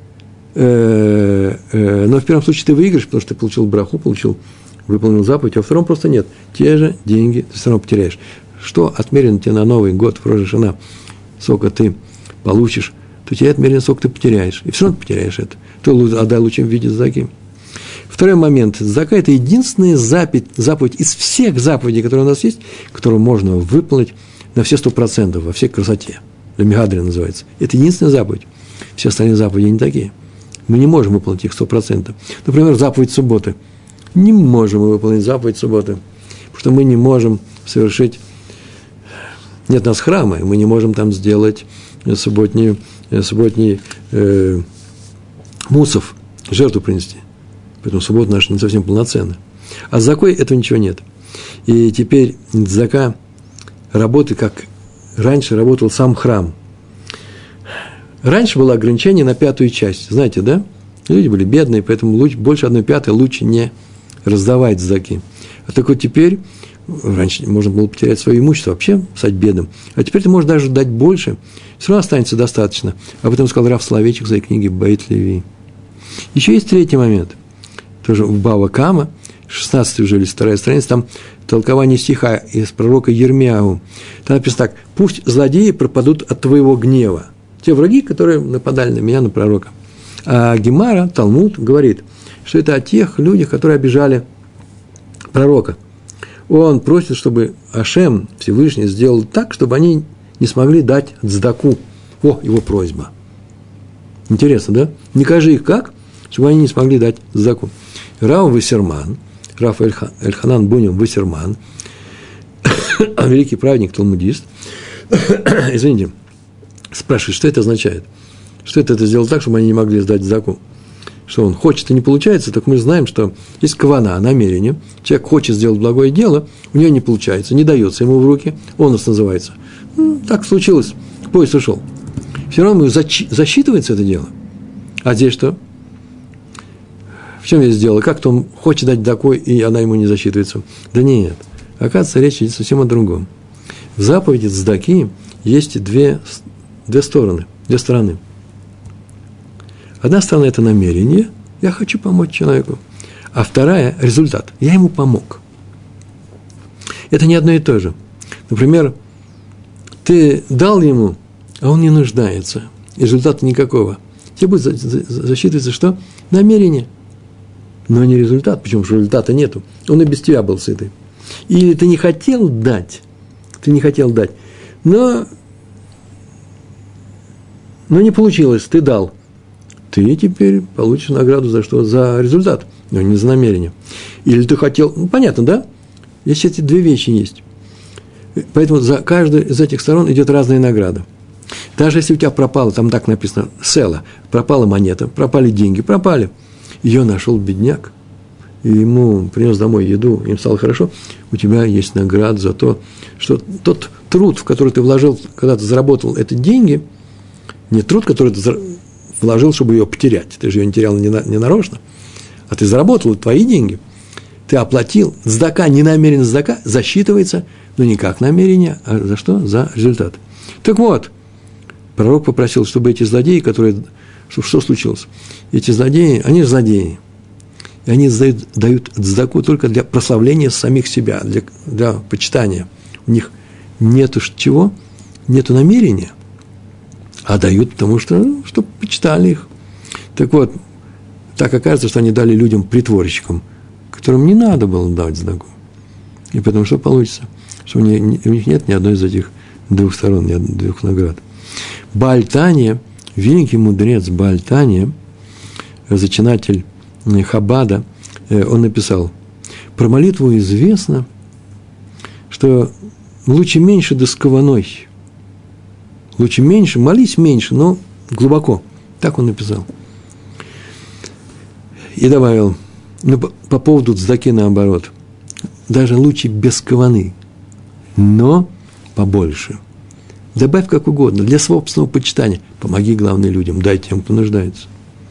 Но в первом случае ты выиграешь, потому что ты получил браху, выполнил заповедь, а во втором просто нет. Те же деньги ты все равно потеряешь. Что отмерено тебе на Новый год, в Рош ха-Шана, сколько ты получишь, то тебе отмерено, сколько ты потеряешь. И все равно ты потеряешь это. То отдай лучше в виде цдаки. Второй момент. Цдака – это единственная заповедь из всех заповедей, которые у нас есть, которую можно выполнить на все 100%, во всей красоте. Лемигадри называется. Это единственная заповедь. Все остальные заповеди не такие. Мы не можем выполнить их 100%. Например, заповедь субботы. Не можем мы выполнить заповедь субботы, потому что мы не можем совершить... Нет у нас храма, и мы не можем там сделать субботний мусов, жертву принести. Поэтому суббота наша не совсем полноценна. А с закой этого ничего нет. И теперь цдака работает, как раньше работал сам храм. Раньше было ограничение на 5-ю часть. Знаете, да? Люди были бедные, поэтому больше 1/5 лучше не раздавать цдаки. А так вот теперь, раньше можно было потерять свое имущество, вообще стать бедным. А теперь ты можешь даже дать больше, все равно останется достаточно. Об этом сказал Рав Соловейчик в своей книге «Бейт Леви». Еще есть третий момент. Тоже в Бава Кама, 16 уже или 2 страница, там толкование стиха из пророка Йирмияу. Там написано так: «Пусть злодеи пропадут от твоего гнева». Те враги, которые нападали на меня, на пророка. А Гемара, Талмуд, говорит, что это о тех людях, которые обижали пророка. Он просит, чтобы Ашем, Всевышний, сделал так, чтобы они не смогли дать цдаку. Его просьба. Интересно, да? Не кажи их как, чтобы они не смогли дать цдаку. Рав Вассерман, Рав Эльханан Буним Вассерман, великий праведник, талмудист, извините, спрашивает, что это означает? Что это сделал так, чтобы они не могли сдать цдаку? Что он хочет и не получается, так мы знаем, что есть кавана, намерение. Человек хочет сделать благое дело, у него не получается, не дается ему в руки, онос называется. Так случилось, поезд ушел. Все равно ему засчитывается это дело. А здесь что? В чем я сделал? Как-то он хочет дать такой, и она ему не засчитывается. Да нет. Оказывается, речь идет совсем о другом. В заповеди цдаки есть две стороны. Одна сторона – это намерение. Я хочу помочь человеку. А вторая – результат. Я ему помог. Это не одно и то же. Например, ты дал ему, а он не нуждается. И результата никакого. тебе будет засчитываться что? Намерение, но не результат. Почему? Потому что результата нету. Он и без тебя был сытый. Или ты не хотел дать, но не получилось, ты дал. Ты теперь получишь награду за что? За результат, но не за намерение. Или ты хотел, понятно, да? Здесь эти две вещи есть. Поэтому за каждую из этих сторон идет разная награда. Даже если у тебя пропало, там так написано, села, пропала монета, пропали деньги, пропали. Ее нашел бедняк, и ему принес домой еду, им стало хорошо, у тебя есть награда за то, что тот труд, в который ты вложил, когда ты заработал эти деньги, не труд, который ты вложил, чтобы ее потерять, ты же ее не терял не нарочно, а ты заработал твои деньги, ты оплатил, цдака, ненамеренная цдака засчитывается, но не как намерение, а за что? За результат. Так вот, пророк попросил, чтобы эти злодеи, которые... Что случилось? Эти злодеи, они злодеи. И они дают цдаку только для прославления самих себя, для почитания. У них нету чего? Нету намерения, а дают потому, что чтобы почитали их. Так вот, так оказывается, что они дали людям-притворщикам, которым не надо было давать цдаку. И поэтому что получится? Что у них нет ни одной из этих двух сторон, ни двух наград. Бааль Тания, великий мудрец Бааль Тания, зачинатель Хабада, он написал: про молитву известно, что лучше меньше да с кованой. Лучше меньше, молись меньше, но глубоко. Так он написал. И добавил, по поводу цдаки наоборот, даже лучше без каваны, но побольше. Добавь как угодно, для собственного почитания. Помоги, главное, людям, дай тем, кто нуждается.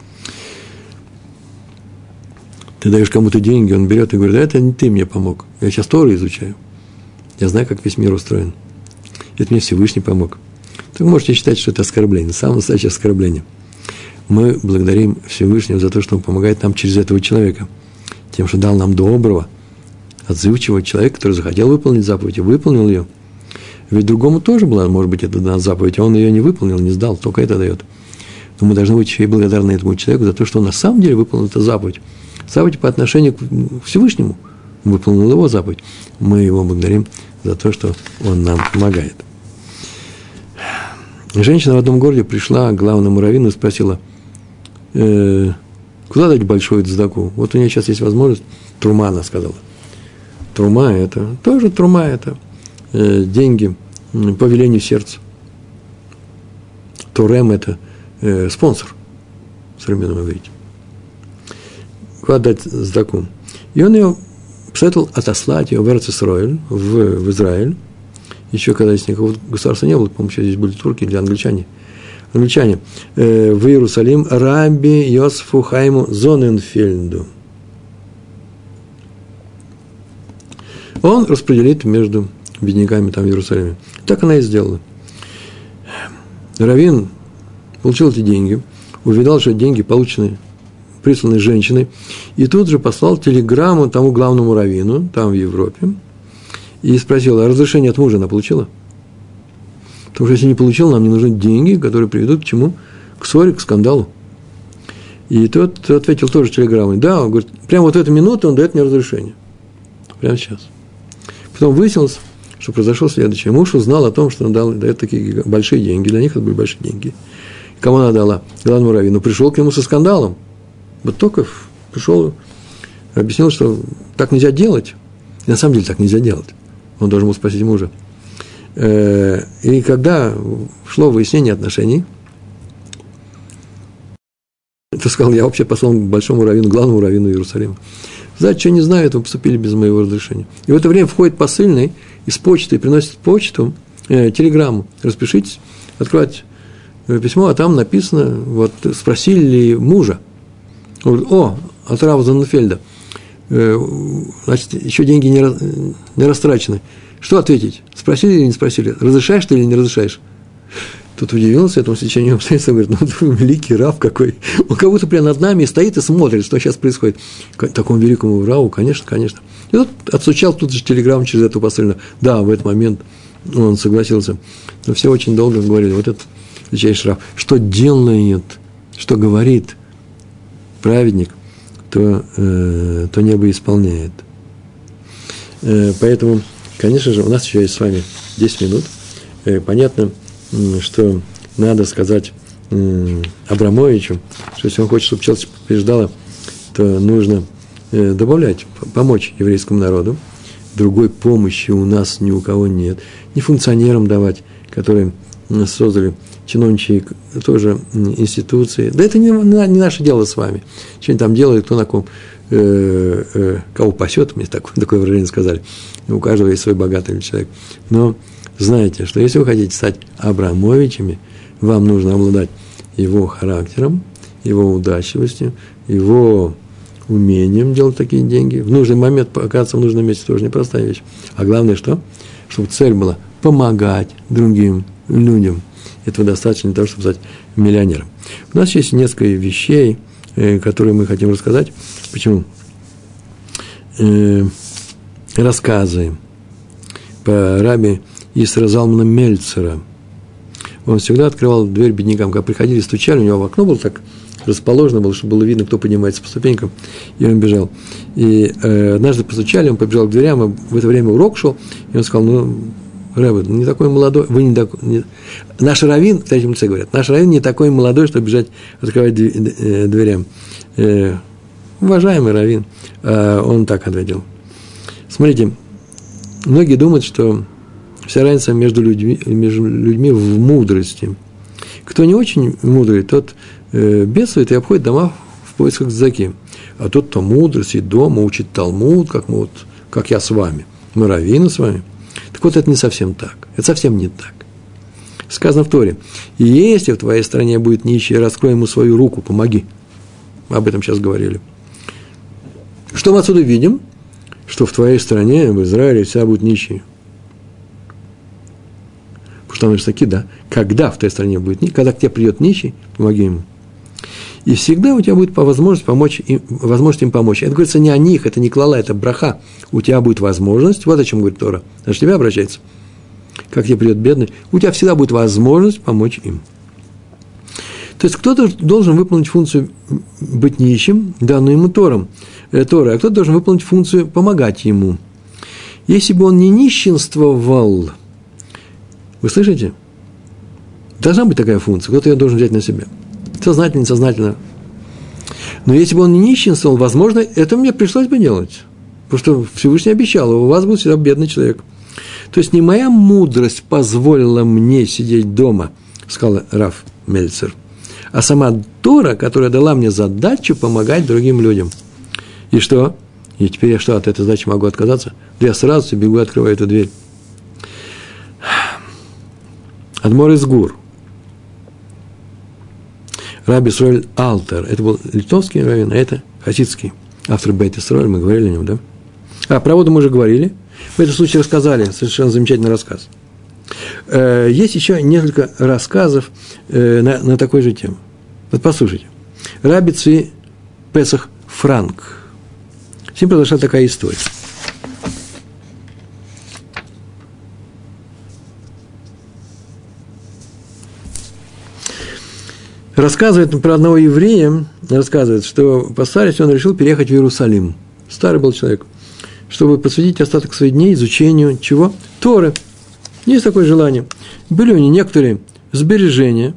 Ты даешь кому-то деньги, он берет и говорит: это не ты мне помог, я сейчас Тору изучаю. Я знаю, как весь мир устроен. Это мне Всевышний помог. Так вы можете считать, что это оскорбление, самое настоящее оскорбление. Мы благодарим Всевышнего за то, что он помогает нам через этого человека, тем, что дал нам доброго, отзывчивого человека, который захотел выполнить заповедь и выполнил ее. Ведь другому тоже была, может быть, это дана заповедь, а он ее не выполнил, не сдал, только это дает. Но мы должны быть еще и благодарны этому человеку за то, что он на самом деле выполнил эту заповедь. Заповедь по отношению к Всевышнему. Выполнил его заповедь. Мы его благодарим за то, что он нам помогает. Женщина в одном городе пришла к главному раввину и спросила: куда дать большую цдаку? Вот у нее сейчас есть возможность. Трума, она сказала. Трума – это тоже трума – это деньги по велению сердца. Турем – это спонсор, в современном иврите. Куда дать цдаку? И он ее посоветовал отослать ее в Эрец-Исроэль, в Израиль. Еще когда здесь никакого государства не было, по-моему, еще здесь были турки или англичане. В Иерусалим Рабби Йосефу Хайму Зоненфельду. Он распределит между бедняками там в Иерусалиме. Так она и сделала. Раввин получил эти деньги, увидал, что деньги получены, присланы женщиной, и тут же послал телеграмму тому главному раввину, там в Европе, и спросил: а разрешение от мужа она получила? Потому что если не получила, нам не нужны деньги, которые приведут к чему? К ссоре, к скандалу. И тот ответил тоже телеграммой: да, он говорит, прямо вот в эту минуту он дает мне разрешение. Прямо сейчас. Потом выяснилось, что произошло следующее. Муж узнал о том, что он дает такие большие деньги. Для них это были большие деньги. Кому она дала? Главному раввину. Пришел к нему со скандалом. Вот только пришел, объяснил, что так нельзя делать. И на самом деле так нельзя делать. Он должен был спросить мужа. И когда шло выяснение отношений, то сказал: я вообще послал к большому раввину, главному раввину Иерусалима. Знаете, что не знаю, это вы поступили без моего разрешения. И в это время входит посыльный из почты и приносит почту телеграмму. Распишитесь, открывать письмо, а там написано, вот, спросили ли мужа. Он говорит: о, от Рава Зоненфельда. Значит, еще деньги не растрачены. Что ответить? Спросили или не спросили? Разрешаешь ты или не разрешаешь? Тут удивился этому стечению обстоятельств, говорит: ну, ты великий рав какой. Он как будто прямо над нами стоит и смотрит, что сейчас происходит. Такому великому раву, конечно, конечно. И тут отстучал тут же телеграмму через эту посыльную. Да, в этот момент он согласился. Но все очень долго говорили: вот этот величайший рав, что делает что говорит праведник, то небо исполняет. Поэтому, конечно же, у нас еще есть с вами 10 минут. Понятно, что надо сказать Абрамовичу, что если он хочет, чтобы Челси побеждала, то нужно добавлять, помочь еврейскому народу. Другой помощи у нас ни у кого нет. Не функционерам давать, которые создали чиновничьи тоже институции. Да это не наше дело с вами. Что они там делают, кто на ком, кого пасет, мне такое выражение сказали. У каждого есть свой богатый человек. Но знаете, что если вы хотите стать Абрамовичами, вам нужно обладать его характером, его удачливостью, его умением делать такие деньги. В нужный момент оказаться в нужном месте тоже непростая вещь. А главное что? Чтобы цель была помогать другим людям. Этого достаточно для того, чтобы стать миллионером. У нас есть несколько вещей, которые мы хотим рассказать. Почему? Рассказы по раби Исра Залмана Мельцера. Он всегда открывал дверь беднякам. Когда приходили, стучали, у него в окно было так расположено было, чтобы было видно, кто поднимается по ступенькам, и он бежал. И однажды постучали, он побежал к дверям, а в это время урок шел, и он сказал, Рэбе, не такой молодой, вы не такой, наш раввин, в третьем лице говорят, наш раввин не такой молодой, чтобы бежать, открывать дверям. Уважаемый раввин, он так ответил. Смотрите, многие думают, что вся разница между людьми в мудрости. Кто не очень мудрый, тот бедствует и обходит дома в поисках цдаки. А тот, кто мудрый, сидит дома, учит Талмуд, как я с вами, мы раввины с вами. Так вот, это не совсем так. Это совсем не так. Сказано в Торе, и если в твоей стране будет нищий, раскрой ему свою руку, помоги. Мы об этом сейчас говорили. Что мы отсюда видим? Что в твоей стране, в Израиле, вся будет нищий. Потому что оно же таки, да, когда в твоей стране будет нищий, когда к тебе придет нищий, помоги ему. И всегда у тебя будет возможность им помочь. Это говорится не о них, это не клала, это браха. У тебя будет возможность, вот о чем говорит Тора, даже к тебе обращается. Как тебе придет бедный, у тебя всегда будет возможность помочь им. То есть кто-то должен выполнить функцию быть нищим, данную ему Торой, а кто-то должен выполнить функцию помогать ему. Если бы он не нищенствовал, вы слышите? Должна быть такая функция, кто-то ее должен взять на себя. Сознательно, несознательно. Но если бы он не нищенствовал, возможно, это мне пришлось бы делать. Потому что Всевышний обещал, у вас будет всегда бедный человек. То есть не моя мудрость позволила мне сидеть дома, сказал Рав Мельцер, а сама Тора, которая дала мне задачу помогать другим людям. И что? И теперь я что, от этой задачи могу отказаться? Да я сразу бегу и открываю эту дверь. Адмор из Гур. Раби Исроэль Алтер. Это был литовский раввин, а это хасидский. Автор Бейт Исроэль, мы говорили о нем, да? Про воду мы уже говорили. В этом случае рассказали, совершенно замечательный рассказ. Есть еще несколько рассказов на такой же тему. Вот послушайте. Раби Цви Песах Франк. С ним произошла такая история. Рассказывает про одного еврея, рассказывает, что по старости он решил переехать в Иерусалим. Старый был человек. Чтобы посвятить остаток своих дней изучению чего? Торы. Есть такое желание. Были у него некоторые сбережения.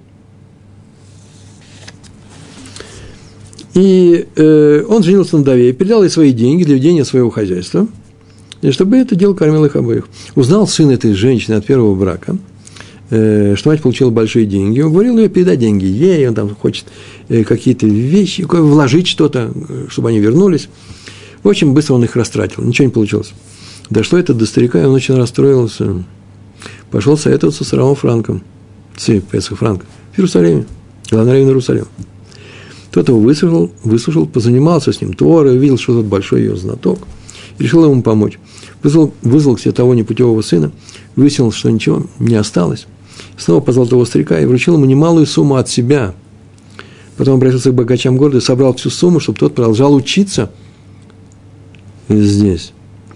И он женился на вдове, передал ей свои деньги для ведения своего хозяйства, и чтобы это дело кормило их обоих. Узнал сын этой женщины от первого брака, что мать получила большие деньги. Он говорил ей передать деньги ей, он там хочет какие-то вещи, вложить что-то, чтобы они вернулись. В общем, быстро он их растратил, ничего не получилось. Дошло это до старика, и он очень расстроился. Пошел советоваться с Равом Франком, Песах Франк, в Иерусалиме, главный раввин Иерусалима. Тот его выслушал, позанимался с ним Торой, увидел, что тот большой ее знаток, и решил ему помочь. Вызвал к себе того непутевого сына, выяснил, что ничего не осталось. Снова позвал того старика и вручил ему немалую сумму от себя. Потом обратился к богачам города и собрал всю сумму, чтобы тот продолжал учиться здесь.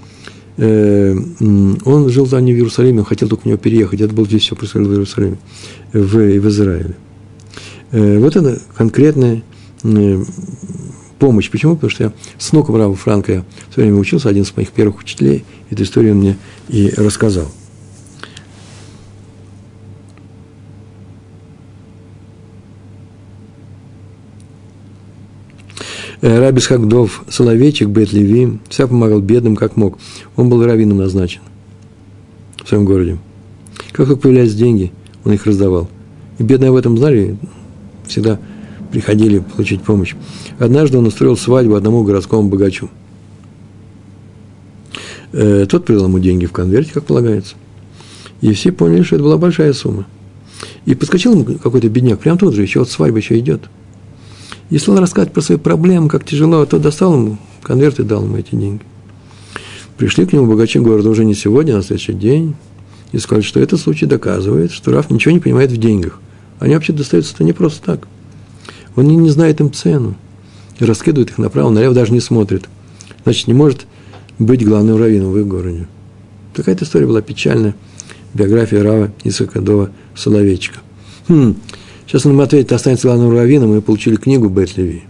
Он жил там не в Иерусалиме, он хотел только в него переехать. Это было здесь все происходило в Иерусалиме, в Израиле. Вот это конкретная помощь. Почему? Потому что я с ног Рава Франка я в свое время учился, один из моих первых учителей, эту историю он мне и рассказал. Раби Исхак Соловейчик, Бейт Леви, всегда помогал бедным, как мог. Он был раввином назначен в своем городе. Как только появлялись деньги, он их раздавал. И бедные об этом знали, всегда приходили получить помощь. Однажды он устроил свадьбу одному городскому богачу. Тот привел ему деньги в конверте, как полагается. И все поняли, что это была большая сумма. И подскочил ему какой-то бедняк, прямо тут же, еще вот свадьба еще идет. И стал рассказывать про свои проблемы, как тяжело. Тот достал ему конверт и дал ему эти деньги. Пришли к нему богачи города уже не сегодня, а на следующий день. И сказали, что этот случай доказывает, что Рав ничего не понимает в деньгах. Они вообще достаются-то не просто так. Он не знает им цену. И раскидывает их направо, налево, даже не смотрит. Значит, не может быть главным раввином в их городе. Такая-то история была печальная. Биография Рава Ицхака Соловейчика. Сейчас он ему ответит, останется главным раввином, мы получили книгу Бейт Леви.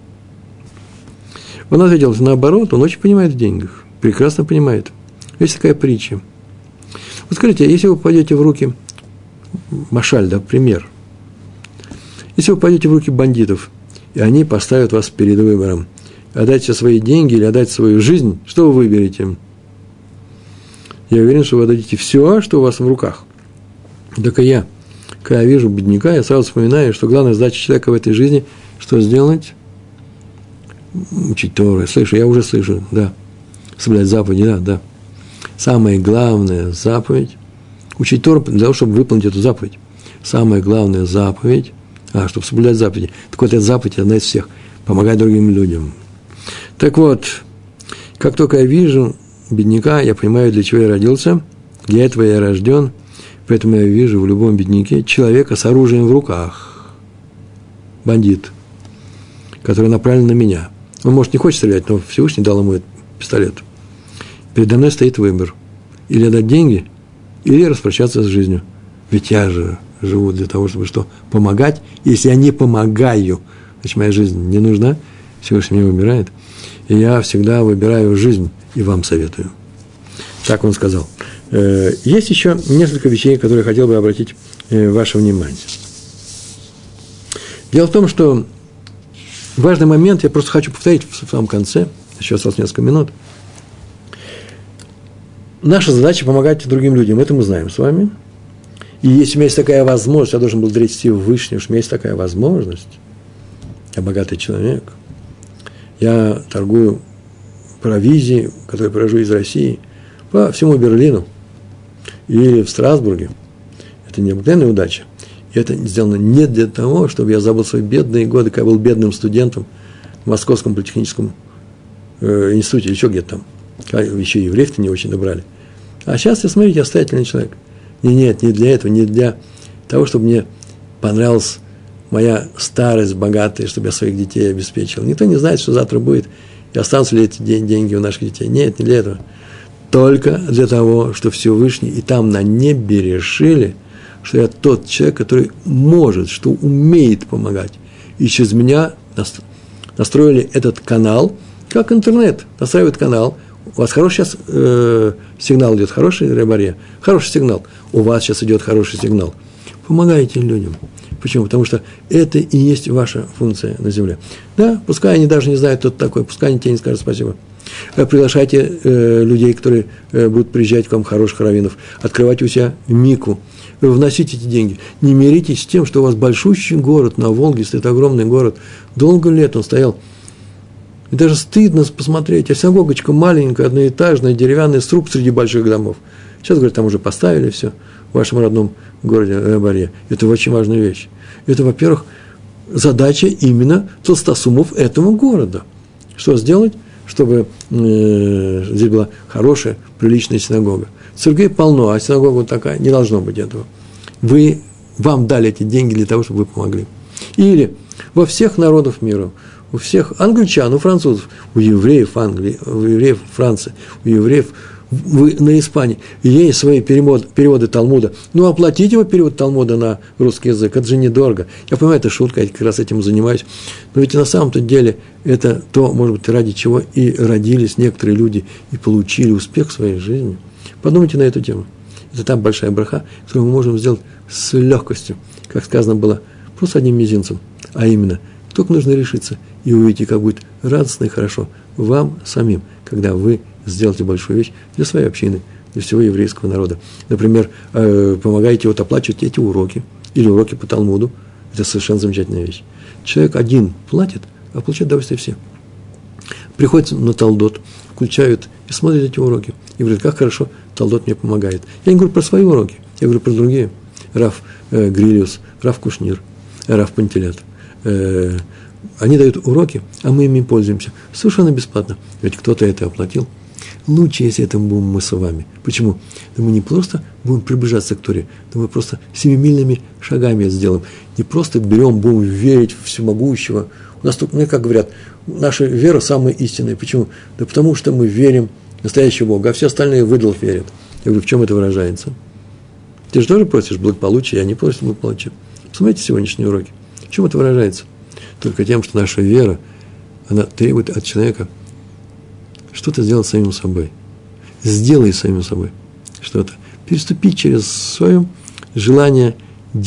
Он ответил, наоборот, он очень понимает в деньгах, прекрасно понимает. Есть такая притча. Вот скажите, если вы попадете в руки, машаль, да, пример, если вы попадете в руки бандитов, и они поставят вас перед выбором, отдать все свои деньги или отдать свою жизнь, что вы выберете? Я уверен, что вы отдадите все, что у вас в руках. Так и я. Когда я вижу бедняка, я сразу вспоминаю, что главная задача человека в этой жизни – что сделать? Учить Тору. Я уже слышу, да. Соблюдать заповеди, да. Самая главная заповедь – учить Тору для того, чтобы выполнить эту заповедь. Самая главная заповедь – чтобы соблюдать заповеди. Так вот, эта заповедь одна из всех – помогать другим людям. Так вот, как только я вижу бедняка, я понимаю, для чего я родился, для этого я рожден. Поэтому я вижу в любом бедняке человека с оружием в руках. Бандит, который направлен на меня. Он, может, не хочет стрелять, но Всевышний дал ему этот пистолет. Передо мной стоит выбор. Или отдать деньги, или распрощаться с жизнью. Ведь я же живу для того, чтобы что? Помогать. Если я не помогаю, значит, моя жизнь не нужна. Всевышний меня выбирает. И я всегда выбираю жизнь, и вам советую. Так он сказал. Есть еще несколько вещей, которые я хотел бы обратить ваше внимание. Дело в том, что важный момент, я просто хочу повторить в самом конце, еще осталось несколько минут. Наша задача – помогать другим людям, это мы знаем с вами. И если у меня есть такая возможность, я должен был дречься в Вышний, что у меня есть такая возможность, я богатый человек, я торгую провизией, которую я привожу из России, по всему Берлину, или в Страсбурге. Это необыкновенная удача. И это сделано не для того, чтобы я забыл свои бедные годы, когда я был бедным студентом в Московском политехническом институте, или еще где-то там. Еще евреев-то не очень добрали. А сейчас, смотрите, я состоятельный человек. Нет, не для этого, не для того, чтобы мне понравилась моя старость богатая, чтобы я своих детей обеспечил. Никто не знает, что завтра будет, и останутся ли эти деньги у наших детей. Нет, не для этого. Только для того, что Всевышний и там на небе решили, что я тот человек, который может, что умеет помогать. И через меня настроили этот канал, как интернет, настраивают канал. У вас хороший сейчас сигнал идет, хороший рыбарье, хороший сигнал. У вас сейчас идет хороший сигнал. Помогайте людям. Почему? Потому что это и есть ваша функция на земле. Да, пускай они даже не знают, кто ты такой, пускай они тебе не скажут спасибо. Приглашайте людей, которые будут приезжать к вам, хороших раввинов. Открывайте у себя мику. Вносите эти деньги. Не миритесь с тем, что у вас большущий город на Волге, стоит огромный город. Долго лет он стоял. И даже стыдно посмотреть. А синагогочка маленькая, одноэтажная, деревянный сруб среди больших домов. Сейчас, говорят, там уже поставили все в вашем родном городе Рыбарье. Это очень важная вещь. Это, во-первых, задача именно толстосумов этого города. Что сделать? Чтобы здесь была хорошая, приличная синагога. Церквей полно, а синагога вот такая, не должно быть этого. Вам дали эти деньги для того, чтобы вы помогли. Или во всех народах мира, у всех англичан, у французов, у евреев Англии, у евреев Франции, у евреев вы на Испании, есть свои переводы Талмуда, ну, оплатите вы перевод Талмуда на русский язык, это же недорого. Я понимаю, это шутка, я как раз этим занимаюсь, но ведь на самом-то деле это то, может быть, ради чего и родились некоторые люди и получили успех в своей жизни. Подумайте на эту тему. Это та большая браха, которую мы можем сделать с легкостью, как сказано было, просто одним мизинцем, а именно, только нужно решиться, и увидите, как будет радостно и хорошо вам самим, когда вы сделаете большую вещь для своей общины, для всего еврейского народа. Например, помогаете вот оплачивать эти уроки, или уроки по Талмуду. Это совершенно замечательная вещь. Человек один платит, а получает удовольствие все. Приходят на Талдот, включают и смотрят эти уроки. И говорят, как хорошо Талдот мне помогает. Я не говорю про свои уроки, я говорю про другие. Рав Грилиус, Рав Кушнир, Рав Пантелят. Они дают уроки, а мы ими пользуемся совершенно бесплатно. Ведь кто-то это оплатил. Лучше, если это будем мы с вами. Почему? Да мы не просто будем приближаться к Торе, да мы просто семимильными шагами это сделаем. Не просто берем, будем верить в всемогущего. У нас тут, мне как говорят, наша вера самая истинная. Почему? Да потому что мы верим в настоящего Бога, а все остальные в идолов верят. Я говорю, в чем это выражается? Ты же тоже просишь благополучия, я не прошу благополучия. Посмотрите сегодняшние уроки. В чем это выражается? Только тем, что наша вера, она требует от человека что-то сделать самим собой. Сделай самим собой что-то. Переступить через свое желание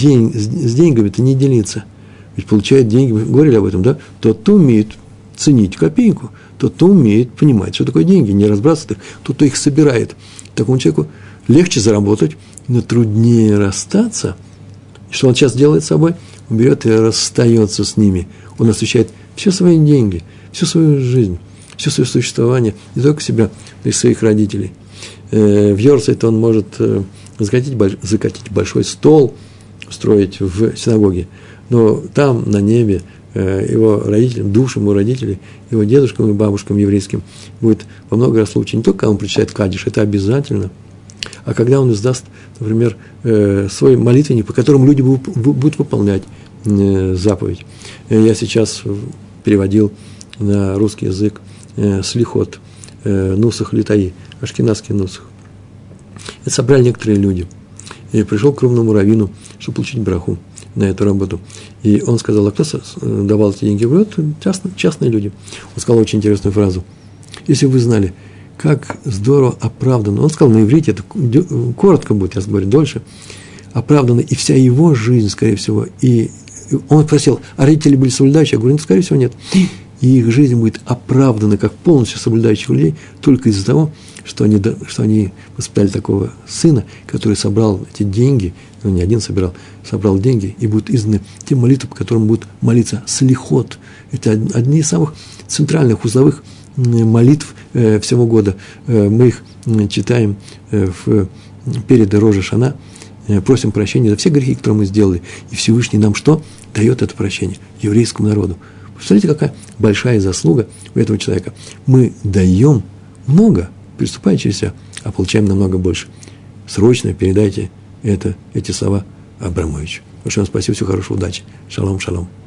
с деньгами-то не делиться. Ведь получает деньги, мы говорили об этом, да? Тот, кто умеет ценить копейку, тот, кто умеет понимать, что такое деньги, не разбрасывать их, тот, кто их собирает. Такому человеку легче заработать, но труднее расстаться. И что он сейчас делает с собой? Он берет и расстается с ними. Он освещает все свои деньги, всю свою жизнь, все свое существование, не только себя, но и своих родителей. В Йорцайт он может закатить большой стол, строить в синагоге, но там, на небе, его родителям, душам его родителей, его дедушкам и бабушкам еврейским будет во много раз лучше. Не только когда он прочитает кадиш, это обязательно, а когда он издаст, например, свой молитвенник, по которому люди будут выполнять заповедь. Я сейчас переводил на русский язык слихот, нусах литаи, ашкеназский нусах. Это собрали некоторые люди. И пришел к крупному раввину, чтобы получить браху на эту работу. И он сказал, а кто давал эти деньги? Вот частные люди. Он сказал очень интересную фразу. Если бы вы знали, как здорово оправдано, он сказал на иврите, это коротко будет, я говорю, дольше, оправдана и вся его жизнь, скорее всего, и он спросил, а родители были соблюдающие? Я говорю, ну, скорее всего, нет. И их жизнь будет оправдана как полностью соблюдающих людей только из-за того, что они воспитали такого сына, который собрал эти деньги, ну, не один собрал деньги, и будут изданы те молитвы, по которым будут молиться слихот. Это одни из самых центральных, узловых молитв всего года. Мы их читаем перед Рожа Шана, просим прощения за все грехи, которые мы сделали. И Всевышний нам что? Дает это прощение еврейскому народу. Посмотрите, какая большая заслуга у этого человека. Мы даем много, переступая через себя, а получаем намного больше. Срочно передайте эти слова Абрамовичу. Большое вам спасибо, всего хорошего, удачи. Шалом, шалом.